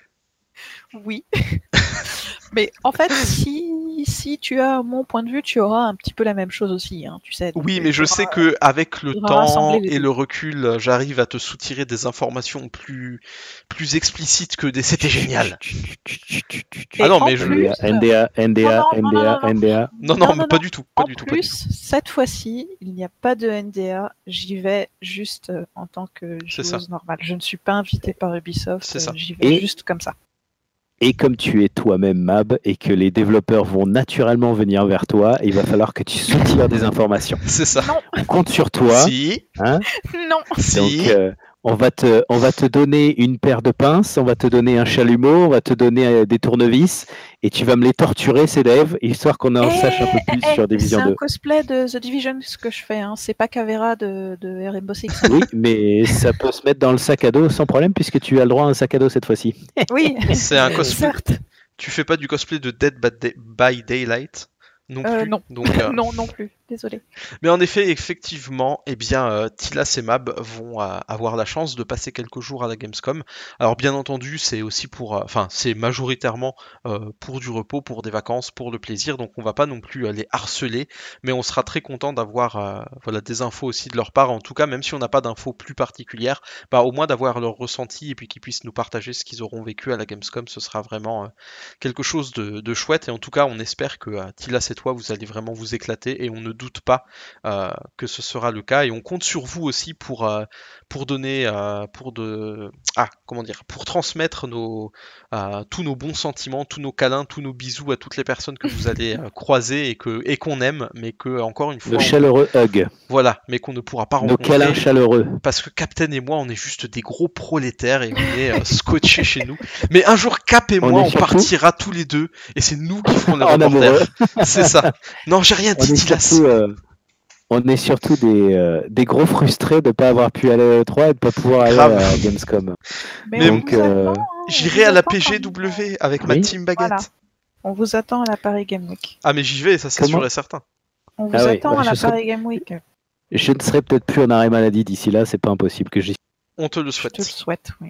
oui. Mais en fait, si, si tu as mon point de vue, tu auras un petit peu la même chose aussi, hein, tu sais. Donc, Oui, euh, mais je il faudra- sais que avec le il faudra rassembler temps les et deux. le recul, euh, j'arrive à te soutirer des informations plus, plus explicites que des c'était génial. Et Ah non, en mais je- plus, N D A, N D A, Non, non, N D A, non, non, non. N D A. Non, non, Non, mais non, pas non. du tout, pas En du tout, pas du tout. plus, cette fois-ci, il n'y a pas de N D A. J'y vais juste euh, en tant que C'est ça. joueuse normale. Je ne suis pas invitée par Ubisoft. C'est ça. euh, J'y vais Et- juste comme ça. Et comme tu es toi-même Mab et que les développeurs vont naturellement venir vers toi, il va falloir que tu soutires des informations. C'est ça. Non, On compte sur toi. Si, Hein. non. si. Donc, euh, on, va te, on va te donner une paire de pinces, on va te donner un chalumeau, on va te donner euh, des tournevis, et tu vas me les torturer, ces devs, histoire qu'on en Eh, sache un peu plus eh, sur Division C'est un deux. cosplay de The Division ce que je fais. Hein. C'est pas Caveira de, de Rainbow Six. hein. Oui, mais ça peut se mettre dans le sac à dos sans problème, puisque tu as le droit à un sac à dos cette fois-ci. Oui, C'est un cosplay. certes. Tu fais pas du cosplay de Dead by Day- by Daylight non Euh, plus. non. Donc, euh, non, non plus. Désolé. Mais en effet, effectivement, eh bien, euh, Tilas et Mab vont euh, avoir la chance de passer quelques jours à la Gamescom. Alors bien entendu, c'est aussi pour, euh, enfin, c'est majoritairement euh, pour du repos, pour des vacances, pour le plaisir. Donc on va pas non plus euh, les harceler, mais on sera très content d'avoir, euh, voilà, des infos aussi de leur part. En tout cas, même si on n'a pas d'infos plus particulières, bah au moins d'avoir leur ressenti et puis qu'ils puissent nous partager ce qu'ils auront vécu à la Gamescom, ce sera vraiment euh, quelque chose de, de chouette. Et en tout cas, on espère que euh, Tilas et toi, vous allez vraiment vous éclater et on ne doute pas euh, que ce sera le cas et on compte sur vous aussi pour euh, pour donner euh, pour de ah comment dire pour transmettre nos euh, tous nos bons sentiments, tous nos câlins, tous nos bisous à toutes les personnes que vous allez euh, croiser et que et qu'on aime, mais que encore une fois Le on- chaleureux hug. voilà, mais qu'on ne pourra pas Nos rencontrer. câlins chaleureux. Parce que Captain et moi, on est juste des gros prolétaires et on est euh, scotchés chez nous. Mais un jour, Cap et On moi, est on surtout- partira tous les deux et c'est nous qui ferons les En reporters. amoureux. C'est ça. Non, j'ai rien On dit, est Tilas. surtout, euh, on est surtout des, euh, des gros frustrés de ne pas avoir pu aller à l'E trois et de ne pas pouvoir aller Grave. à Gamescom. Mais, Mais on donc, vous euh, attend, hein, on J'irai vous à la attend P quand G même. W avec ma Oui. team baguette. Voilà. On vous attend à la Paris Game Week. Ah, mais j'y vais, ça c'est Comment sûr et certain. On vous Ah oui, attend bah, à la je serai- Paris Game Week. Je ne serai peut-être plus en arrêt maladie d'ici là, c'est pas impossible que j'y On te le Je souhaite. te le souhaite, oui.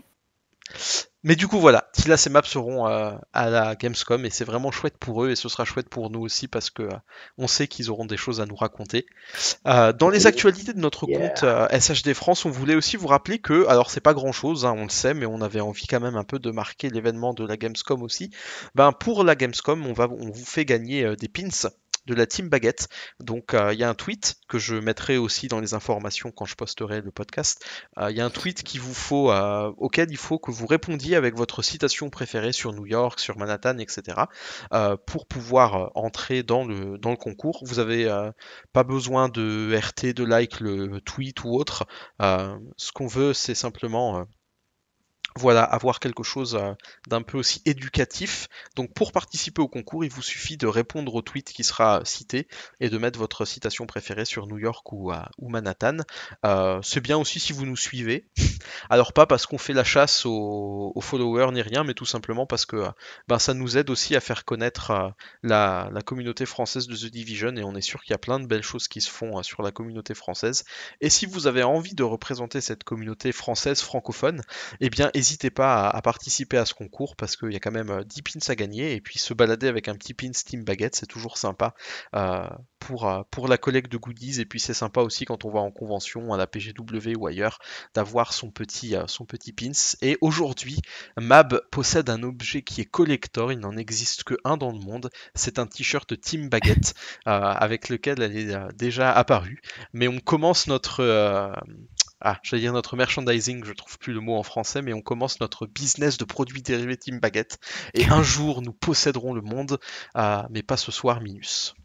Mais du coup, voilà, Tilas et Map seront euh, à la Gamescom et c'est vraiment chouette pour eux et ce sera chouette pour nous aussi parce que euh, on sait qu'ils auront des choses à nous raconter. Euh, dans les Oui. actualités de notre Yeah. compte euh, S H D France, on voulait aussi vous rappeler que, alors c'est pas grand chose, on le sait, mais on avait envie quand même un peu de marquer l'événement de la Gamescom aussi. Ben, pour la Gamescom, on, va, on vous fait gagner euh, des pins de la Team Baguette. Donc euh, il y a un tweet que je mettrai aussi dans les informations quand je posterai le podcast. Euh, Il y a un tweet qu'il vous faut, euh, auquel il faut que vous répondiez avec votre citation préférée sur New York, sur Manhattan, et cetera. euh, pour pouvoir euh, entrer dans le, dans le concours. Vous avez euh, pas besoin de R T, de like le tweet ou autre. Euh, ce qu'on veut, c'est simplement euh, voilà, avoir quelque chose euh, d'un peu aussi éducatif. Donc pour participer au concours, il vous suffit de répondre au tweet qui sera cité et de mettre votre citation préférée sur New York ou, euh, ou Manhattan. Euh, c'est bien aussi si vous nous suivez. Alors pas parce qu'on fait la chasse aux, aux followers ni rien, mais tout simplement parce que euh, ben, ça nous aide aussi à faire connaître euh, la, la communauté française de The Division et on est sûr qu'il y a plein de belles choses qui se font euh, sur la communauté française. Et si vous avez envie de représenter cette communauté française francophone, eh bien n'hésitez pas à, à participer à ce concours parce qu'il y a quand même euh, dix pins à gagner et puis se balader avec un petit pin Steam Baguette, c'est toujours sympa euh, pour, euh, pour la collecte de goodies et puis c'est sympa aussi quand on va en convention à la P G W ou ailleurs d'avoir son petit, euh, son petit pins. Et aujourd'hui, Mab possède un objet qui est collector, il n'en existe que un dans le monde, c'est un t-shirt Team Baguette euh, avec lequel elle est euh, déjà apparue. Mais on commence notre... euh, Ah, j'allais dire notre merchandising, je trouve plus le mot en français, mais on commence notre business de produits dérivés Team Baguette. Et un jour, nous posséderons le monde, euh, mais pas ce soir, Minus.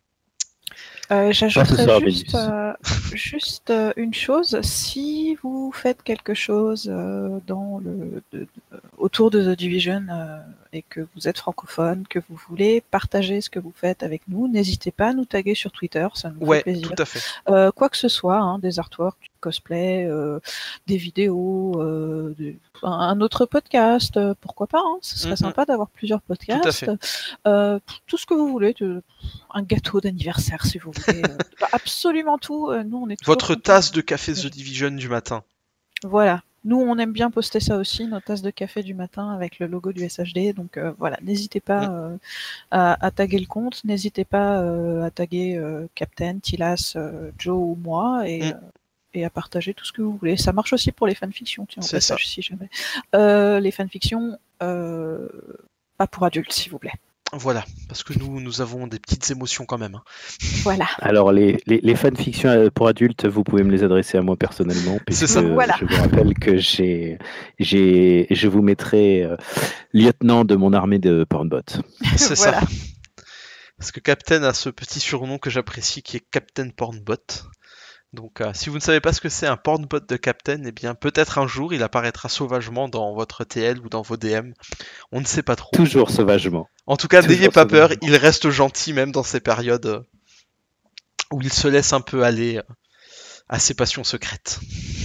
Euh, Pas ce J'ajouterais soir, juste, Vénus. euh, juste euh, une chose. Si vous faites quelque chose euh, dans le, de- de- autour de The Division euh, et que vous êtes francophone, que vous voulez partager ce que vous faites avec nous, n'hésitez pas à nous taguer sur Twitter, ça nous Ouais, fait plaisir. tout à fait. Euh, quoi que ce soit, hein, des artworks, du cosplay, euh, des vidéos, euh, de- un, un autre podcast, euh, pourquoi pas, hein, ce serait Mhm. sympa d'avoir plusieurs podcasts. fait. Euh, tout ce que vous voulez, de- un gâteau d'anniversaire si vous voulez, euh, bah, absolument tout. euh, nous, on est toujours Votre contents. tasse de café The Division du matin. Voilà. Nous, on aime bien poster ça aussi, nos tasses de café du matin avec le logo du S H D. Donc euh, voilà, n'hésitez pas euh, à, à taguer le compte, n'hésitez pas euh, à taguer euh, Captain, Tilas, euh, Joe ou moi et, Mm. euh, et à partager tout ce que vous voulez. Ça marche aussi pour les fanfictions, tiens, au C'est passage, si jamais. Euh, les fanfictions, euh, pas pour adultes, s'il vous plaît. Voilà, parce que nous, nous avons des petites émotions quand même. hein. Voilà. Alors, les, les, les fanfictions euh, pour adultes, vous pouvez me les adresser à moi personnellement. C'est puisque ça. Voilà. Je vous rappelle que j'ai, j'ai, je vous mettrai euh, lieutenant de mon armée de pornbots. C'est Voilà. ça. Parce que Captain a ce petit surnom que j'apprécie qui est Captain Pornbot. Donc euh, si vous ne savez pas ce que c'est un pornbot de Captain, eh bien peut-être un jour il apparaîtra sauvagement dans votre T L ou dans vos D M. On ne sait pas trop. Toujours sauvagement. En tout cas, Toujours n'ayez pas peur, sauvagement. il reste gentil même dans ces périodes euh, où il se laisse un peu aller euh, à ses passions secrètes.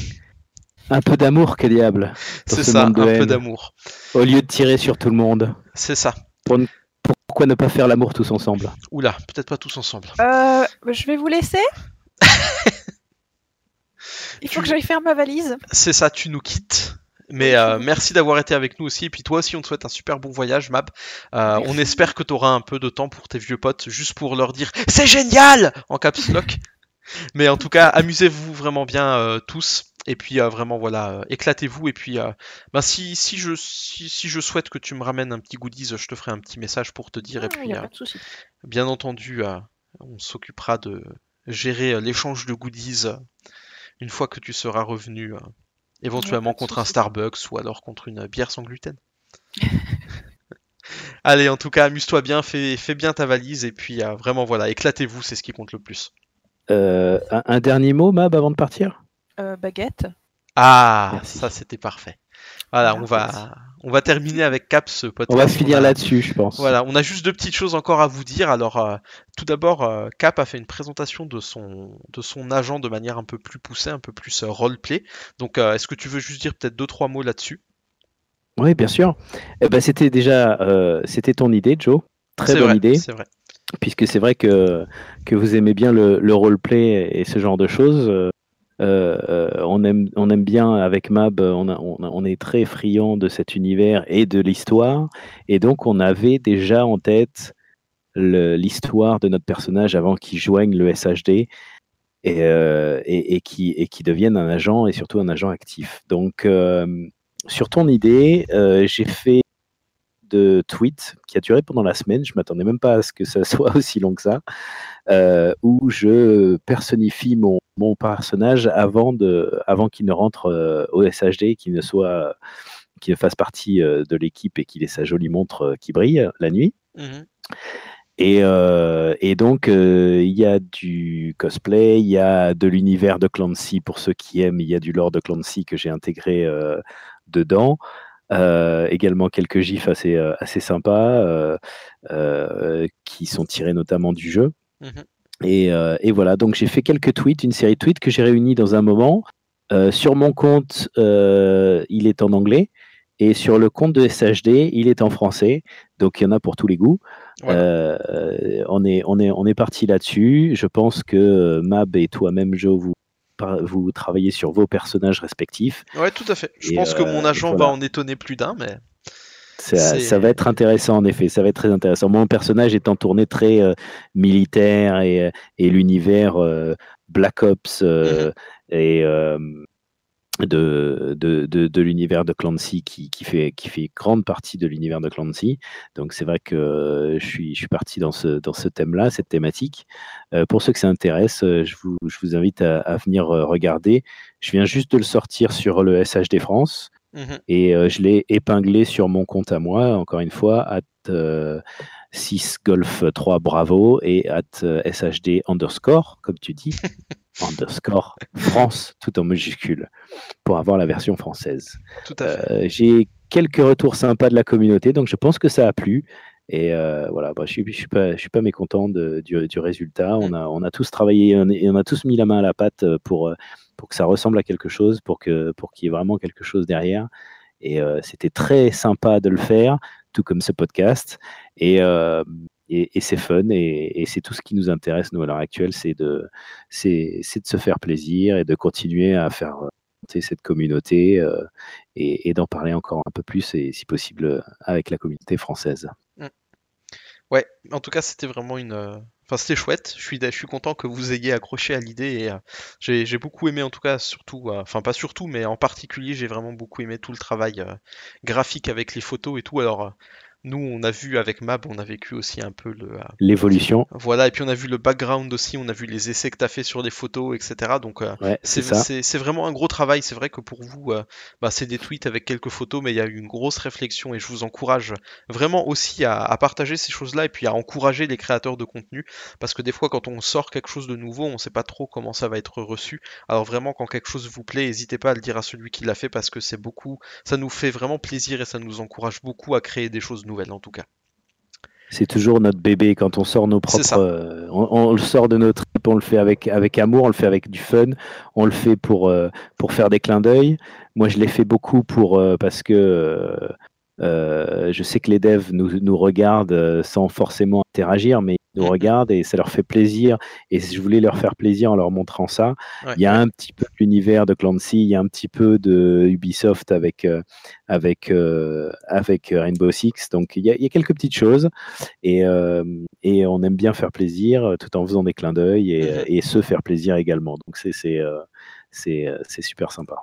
Un peu d'amour, que diable. Dans C'est ce ça, un monde de peu haine. d'amour. Au lieu de tirer sur tout le monde. C'est ça. Pour ne- Pourquoi ne pas faire l'amour tous ensemble? Oula, peut-être pas tous ensemble. Euh, je vais vous laisser. Il faut Tu- que j'aille faire ma valise. C'est ça, tu nous quittes. Mais euh, merci d'avoir été avec nous aussi. Et puis toi aussi, on te souhaite un super bon voyage, Mab. Euh, on Merci. espère que tu auras un peu de temps pour tes vieux potes, juste pour leur dire « C'est génial !» en caps lock. Mais en tout cas, amusez-vous vraiment bien euh, tous. Et puis euh, vraiment, voilà, euh, éclatez-vous. Et puis, euh, ben, si, si, je, si, si je souhaite que tu me ramènes un petit goodies, je te ferai un petit message pour te dire. Et Il puis, n'y a euh, pas de souci. bien entendu, euh, on s'occupera de, gérer euh, l'échange de goodies euh, une fois que tu seras revenu, euh, éventuellement Ouais, pas de contre un souci. Starbucks ou alors contre une bière sans gluten. Allez, en tout cas, amuse-toi bien, fais, fais bien ta valise et puis euh, vraiment voilà, éclatez-vous, c'est ce qui compte le plus. Euh, un, un dernier mot, Mab, avant de partir? Euh, baguette. Ah, Merci. ça c'était parfait. Voilà, Voilà. on va, on va terminer avec Cap ce On va podcast. finir a, là-dessus, je pense. voilà, on a juste deux petites choses encore à vous dire. Alors, euh, tout d'abord, euh, Cap a fait une présentation de son, de son agent de manière un peu plus poussée, un peu plus euh, roleplay. Donc, euh, est-ce que tu veux juste dire peut-être deux trois mots là-dessus? Oui, bien sûr. Eh ben, c'était déjà, euh, c'était ton idée, Joe. Très C'est bonne vrai, idée, c'est vrai. puisque c'est vrai que, que vous aimez bien le, le roleplay et ce genre de choses. Euh, euh, on aime, on aime bien avec Mab, on, a- on, a- on est très friand de cet univers et de l'histoire. Et donc, on avait déjà en tête le- l'histoire de notre personnage avant qu'il joigne le S H D et, euh, et, et qui, et qui devienne un agent et surtout un agent actif. Donc, euh, sur ton idée, euh, j'ai fait de tweets qui a duré pendant la semaine. Je m'attendais même pas à ce que ça soit aussi long que ça, euh, où je personnifie mon, mon personnage avant de, avant qu'il ne rentre euh, au S H D, qu'il ne soit, qu'il fasse partie euh, de l'équipe et qu'il ait sa jolie montre euh, qui brille la nuit. Mhm. Et, euh, et donc, euh, il y a du cosplay, il y a de l'univers de Clancy pour ceux qui aiment, il y a du lore de Clancy que j'ai intégré euh, dedans. Euh, également quelques gifs assez, euh, assez sympas euh, euh, qui sont tirés notamment du jeu. Mhm. Et, euh, et voilà, donc j'ai fait quelques tweets, une série de tweets que j'ai réunis dans un moment. Euh, sur mon compte, euh, il est en anglais. Et sur le compte de S H D, il est en français. Donc il y en a pour tous les goûts. Voilà. Euh, on est, on est, on est parti là-dessus. Je pense que Mab et toi-même, Joe, vous, vous travaillez sur vos personnages respectifs. Ouais, tout à fait. Je Et pense que mon euh, agent va voilà. en étonner plus d'un, mais Ça, ça va c'est. être intéressant en effet, ça va être très intéressant. Mon personnage étant tourné très euh, militaire et, et l'univers euh, Black Ops euh, Mhm. et euh, de, de, de, de l'univers de Clancy qui, qui, fait, qui fait grande partie de l'univers de Clancy. Donc c'est vrai que euh, je suis, je suis parti dans ce, dans ce thème-là, cette thématique. Euh, pour ceux que ça intéresse, euh, je vous, je vous invite à, à venir euh, regarder. Je viens juste de le sortir sur le S H D France. Mhm. Et euh, je l'ai épinglé sur mon compte à moi, encore une fois, at euh, six golf trois bravo et at euh, S H D underscore, comme tu dis, underscore France, tout en majuscule, pour avoir la version française. Tout à fait. Euh, j'ai quelques retours sympas de la communauté, donc je pense que ça a plu. Et euh, voilà, bah, je suis, je suis pas, je suis pas mécontent de, du, du résultat. On a, on a tous travaillé on, et on a tous mis la main à la pâte pour, pour que ça ressemble à quelque chose, pour que, pour qu'il y ait vraiment quelque chose derrière. Et euh, c'était très sympa de le faire, tout comme ce podcast. Et, euh, et, et c'est fun et, et c'est tout ce qui nous intéresse, nous, à l'heure actuelle, c'est de, c'est, c'est de se faire plaisir et de continuer à faire monter cette communauté euh, et, et d'en parler encore un peu plus et, si possible, avec la communauté française. Mm. Ouais, en tout cas, c'était vraiment une. euh, Enfin, c'était chouette. Je suis, je suis content que vous ayez accroché à l'idée et euh, j'ai, j'ai beaucoup aimé, en tout cas, surtout. euh, Enfin, pas surtout, mais en particulier, j'ai vraiment beaucoup aimé tout le travail euh, graphique avec les photos et tout. Alors, euh, nous, on a vu avec Mab, on a vécu aussi un peu le. euh, L'évolution, Voilà, et puis on a vu le background aussi, on a vu les essais que tu as fait sur les photos, et cetera. Donc euh, ouais, c'est c'est ça. c'est- c'est vraiment un gros travail. C'est vrai que pour vous, euh, bah, c'est des tweets avec quelques photos, mais il y a eu une grosse réflexion et je vous encourage vraiment aussi à, à partager ces choses-là et puis à encourager les créateurs de contenu. Parce que des fois, quand on sort quelque chose de nouveau, on sait pas trop comment ça va être reçu. Alors vraiment, quand quelque chose vous plaît, n'hésitez pas à le dire à celui qui l'a fait parce que c'est beaucoup, ça nous fait vraiment plaisir et ça nous encourage beaucoup à créer des choses nouvelles en tout cas. C'est toujours notre bébé quand on sort nos C'est propres. ça. euh, on, on le sort de nos tripes, on le fait avec, avec amour, on le fait avec du fun, on le fait pour, euh, pour faire des clins d'œil. Moi, je l'ai fait beaucoup pour, euh, parce que euh, euh, je sais que les devs nous, nous regardent euh, sans forcément interagir, mais ils nous Mhm. regardent et ça leur fait plaisir. Et je voulais leur faire plaisir en leur montrant ça. Ouais, Il y a ouais. un petit peu de l'univers de Clancy, il y a un petit peu de Ubisoft avec, euh, avec, euh, avec Rainbow Six. Donc, il y, a, il y a quelques petites choses. Et, euh, et on aime bien faire plaisir euh, tout en faisant des clins d'œil et, Mhm. et se faire plaisir également. Donc c'est c'est euh, c'est, euh, c'est super sympa.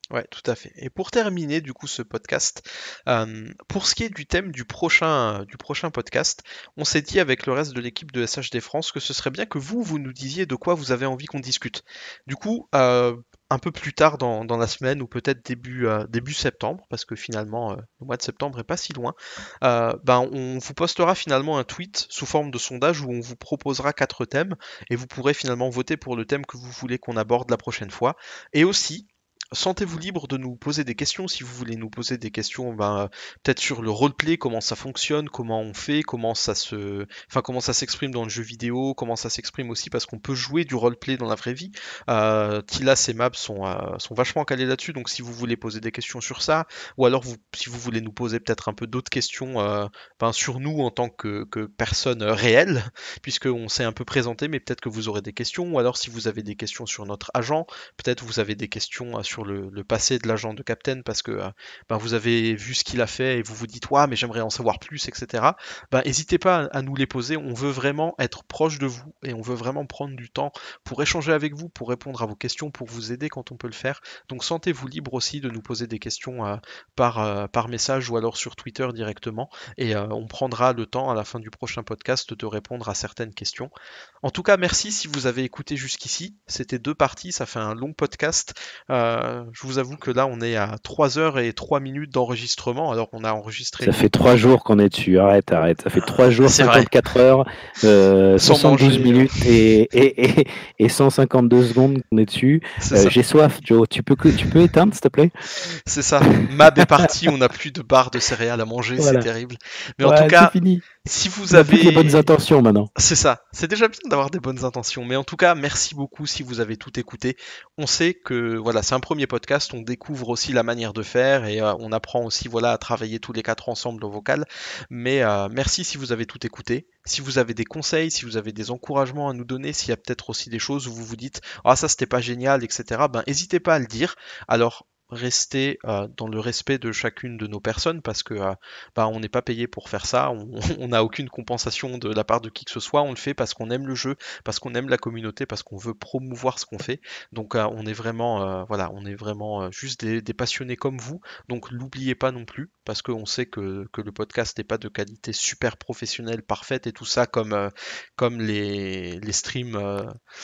Ouais, tout à fait. Et pour terminer du coup ce podcast, euh, pour ce qui est du thème du prochain, du prochain podcast, on s'est dit avec le reste de l'équipe de S H D France que ce serait bien que vous, vous nous disiez de quoi vous avez envie qu'on discute. Du coup, euh, un peu plus tard dans, dans la semaine ou peut-être début, euh, début septembre, parce que finalement euh, le mois de septembre est pas si loin, euh, ben on vous postera finalement un tweet sous forme de sondage où on vous proposera quatre thèmes et vous pourrez finalement voter pour le thème que vous voulez qu'on aborde la prochaine fois. Et aussi, sentez-vous libre de nous poser des questions si vous voulez nous poser des questions, ben, euh, peut-être sur le roleplay, comment ça fonctionne, comment on fait, comment ça se, enfin comment ça s'exprime dans le jeu vidéo, comment ça s'exprime aussi parce qu'on peut jouer du roleplay dans la vraie vie. Euh, Tilas et Mab sont, euh, sont vachement calés là-dessus, donc si vous voulez poser des questions sur ça, ou alors vous, si vous voulez nous poser peut-être un peu d'autres questions euh, ben, sur nous en tant que, que personne euh, réelle, puisqu'on s'est un peu présenté, mais peut-être que vous aurez des questions, ou alors si vous avez des questions sur notre agent, peut-être vous avez des questions euh, sur le, le passé de l'agent de Captain parce que euh, ben, vous avez vu ce qu'il a fait et vous vous dites ouais mais j'aimerais en savoir plus, et cetera. Ben, n'hésitez pas à, à nous les poser, on veut vraiment être proche de vous et on veut vraiment prendre du temps pour échanger avec vous, pour répondre à vos questions, pour vous aider quand on peut le faire. Donc sentez-vous libre aussi de nous poser des questions euh, par, euh, par message ou alors sur Twitter directement et euh, on prendra le temps à la fin du prochain podcast de répondre à certaines questions. En tout cas, merci si vous avez écouté jusqu'ici. C'était deux parties, ça fait un long podcast. Euh, je vous avoue que là, on est à trois heures et trois minutes d'enregistrement. Alors, on a enregistré. Ça fait trois jours qu'on est dessus. Arrête, arrête. Ça fait trois jours, C'est vrai. cinquante-quatre heures, euh, Sans soixante-douze manger, minutes et, et, et, et cent cinquante-deux secondes qu'on est dessus. C'est Euh, ça. J'ai soif, Joe. Tu peux, que- tu peux éteindre, s'il te plaît? C'est ça. Mab est parti, on n'a plus de barres de céréales à manger, Voilà. c'est terrible. Mais en Ouais, tout cas, c'est fini. si vous On n'a plus que les bonnes avez. intentions maintenant. C'est ça, c'est déjà bien d'avoir des bonnes intentions, mais en tout cas, merci beaucoup si vous avez tout écouté. On sait que voilà, c'est un premier podcast, on découvre aussi la manière de faire et euh, on apprend aussi voilà à travailler tous les quatre ensemble au vocal. Mais euh, merci si vous avez tout écouté. Si vous avez des conseils, si vous avez des encouragements à nous donner, s'il y a peut-être aussi des choses où vous vous dites ah ça c'était pas génial, et cetera. Ben n'hésitez pas à le dire. Alors rester euh, dans le respect de chacune de nos personnes parce que euh, bah, on n'est pas payé pour faire ça, on n'a aucune compensation de la part de qui que ce soit, on le fait parce qu'on aime le jeu, parce qu'on aime la communauté, parce qu'on veut promouvoir ce qu'on fait. Donc euh, on est vraiment, euh, voilà, on est vraiment euh, juste des, des passionnés comme vous. Donc l'oubliez pas non plus parce qu'on sait que, que le podcast n'est pas de qualité super professionnelle, parfaite et tout ça comme euh, comme les, les streams euh,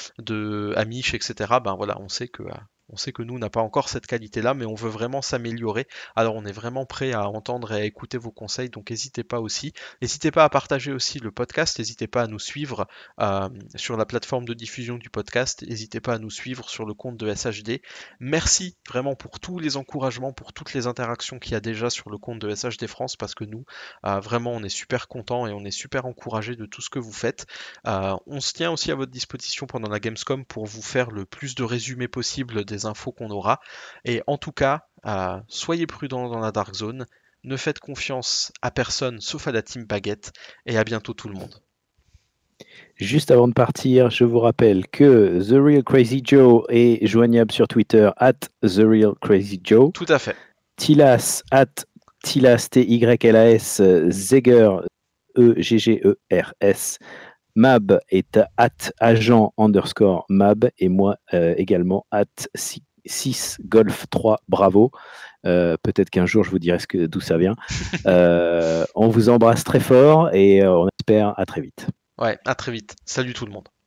de Amish, et cetera. Ben voilà, on sait que euh, on sait que nous, on n'a pas encore cette qualité-là, mais on veut vraiment s'améliorer. Alors, on est vraiment prêt à entendre et à écouter vos conseils, donc n'hésitez pas aussi. N'hésitez pas à partager aussi le podcast, n'hésitez pas à nous suivre euh, sur la plateforme de diffusion du podcast, n'hésitez pas à nous suivre sur le compte de S H D. Merci vraiment pour tous les encouragements, pour toutes les interactions qu'il y a déjà sur le compte de S H D France, parce que nous, euh, vraiment, on est super contents et on est super encouragés de tout ce que vous faites. Euh, on se tient aussi à votre disposition pendant la Gamescom pour vous faire le plus de résumés possible des infos qu'on aura. Et en tout cas, euh, soyez prudents dans la Dark Zone, ne faites confiance à personne sauf à la Team Baguette, et à bientôt tout le monde. Juste avant de partir, je vous rappelle que The Real Crazy Joe est joignable sur Twitter at The Real Crazy Joe. Tout à fait. Tilas at Tilas T Y L A S Zeger E G G E R S. Mab est at agent underscore Mab et moi euh, également at six golf trois bravo. Euh, peut-être qu'un jour je vous dirai ce que, d'où ça vient. Euh, on vous embrasse très fort et euh, on espère à très vite. Ouais, à très vite. Salut tout le monde.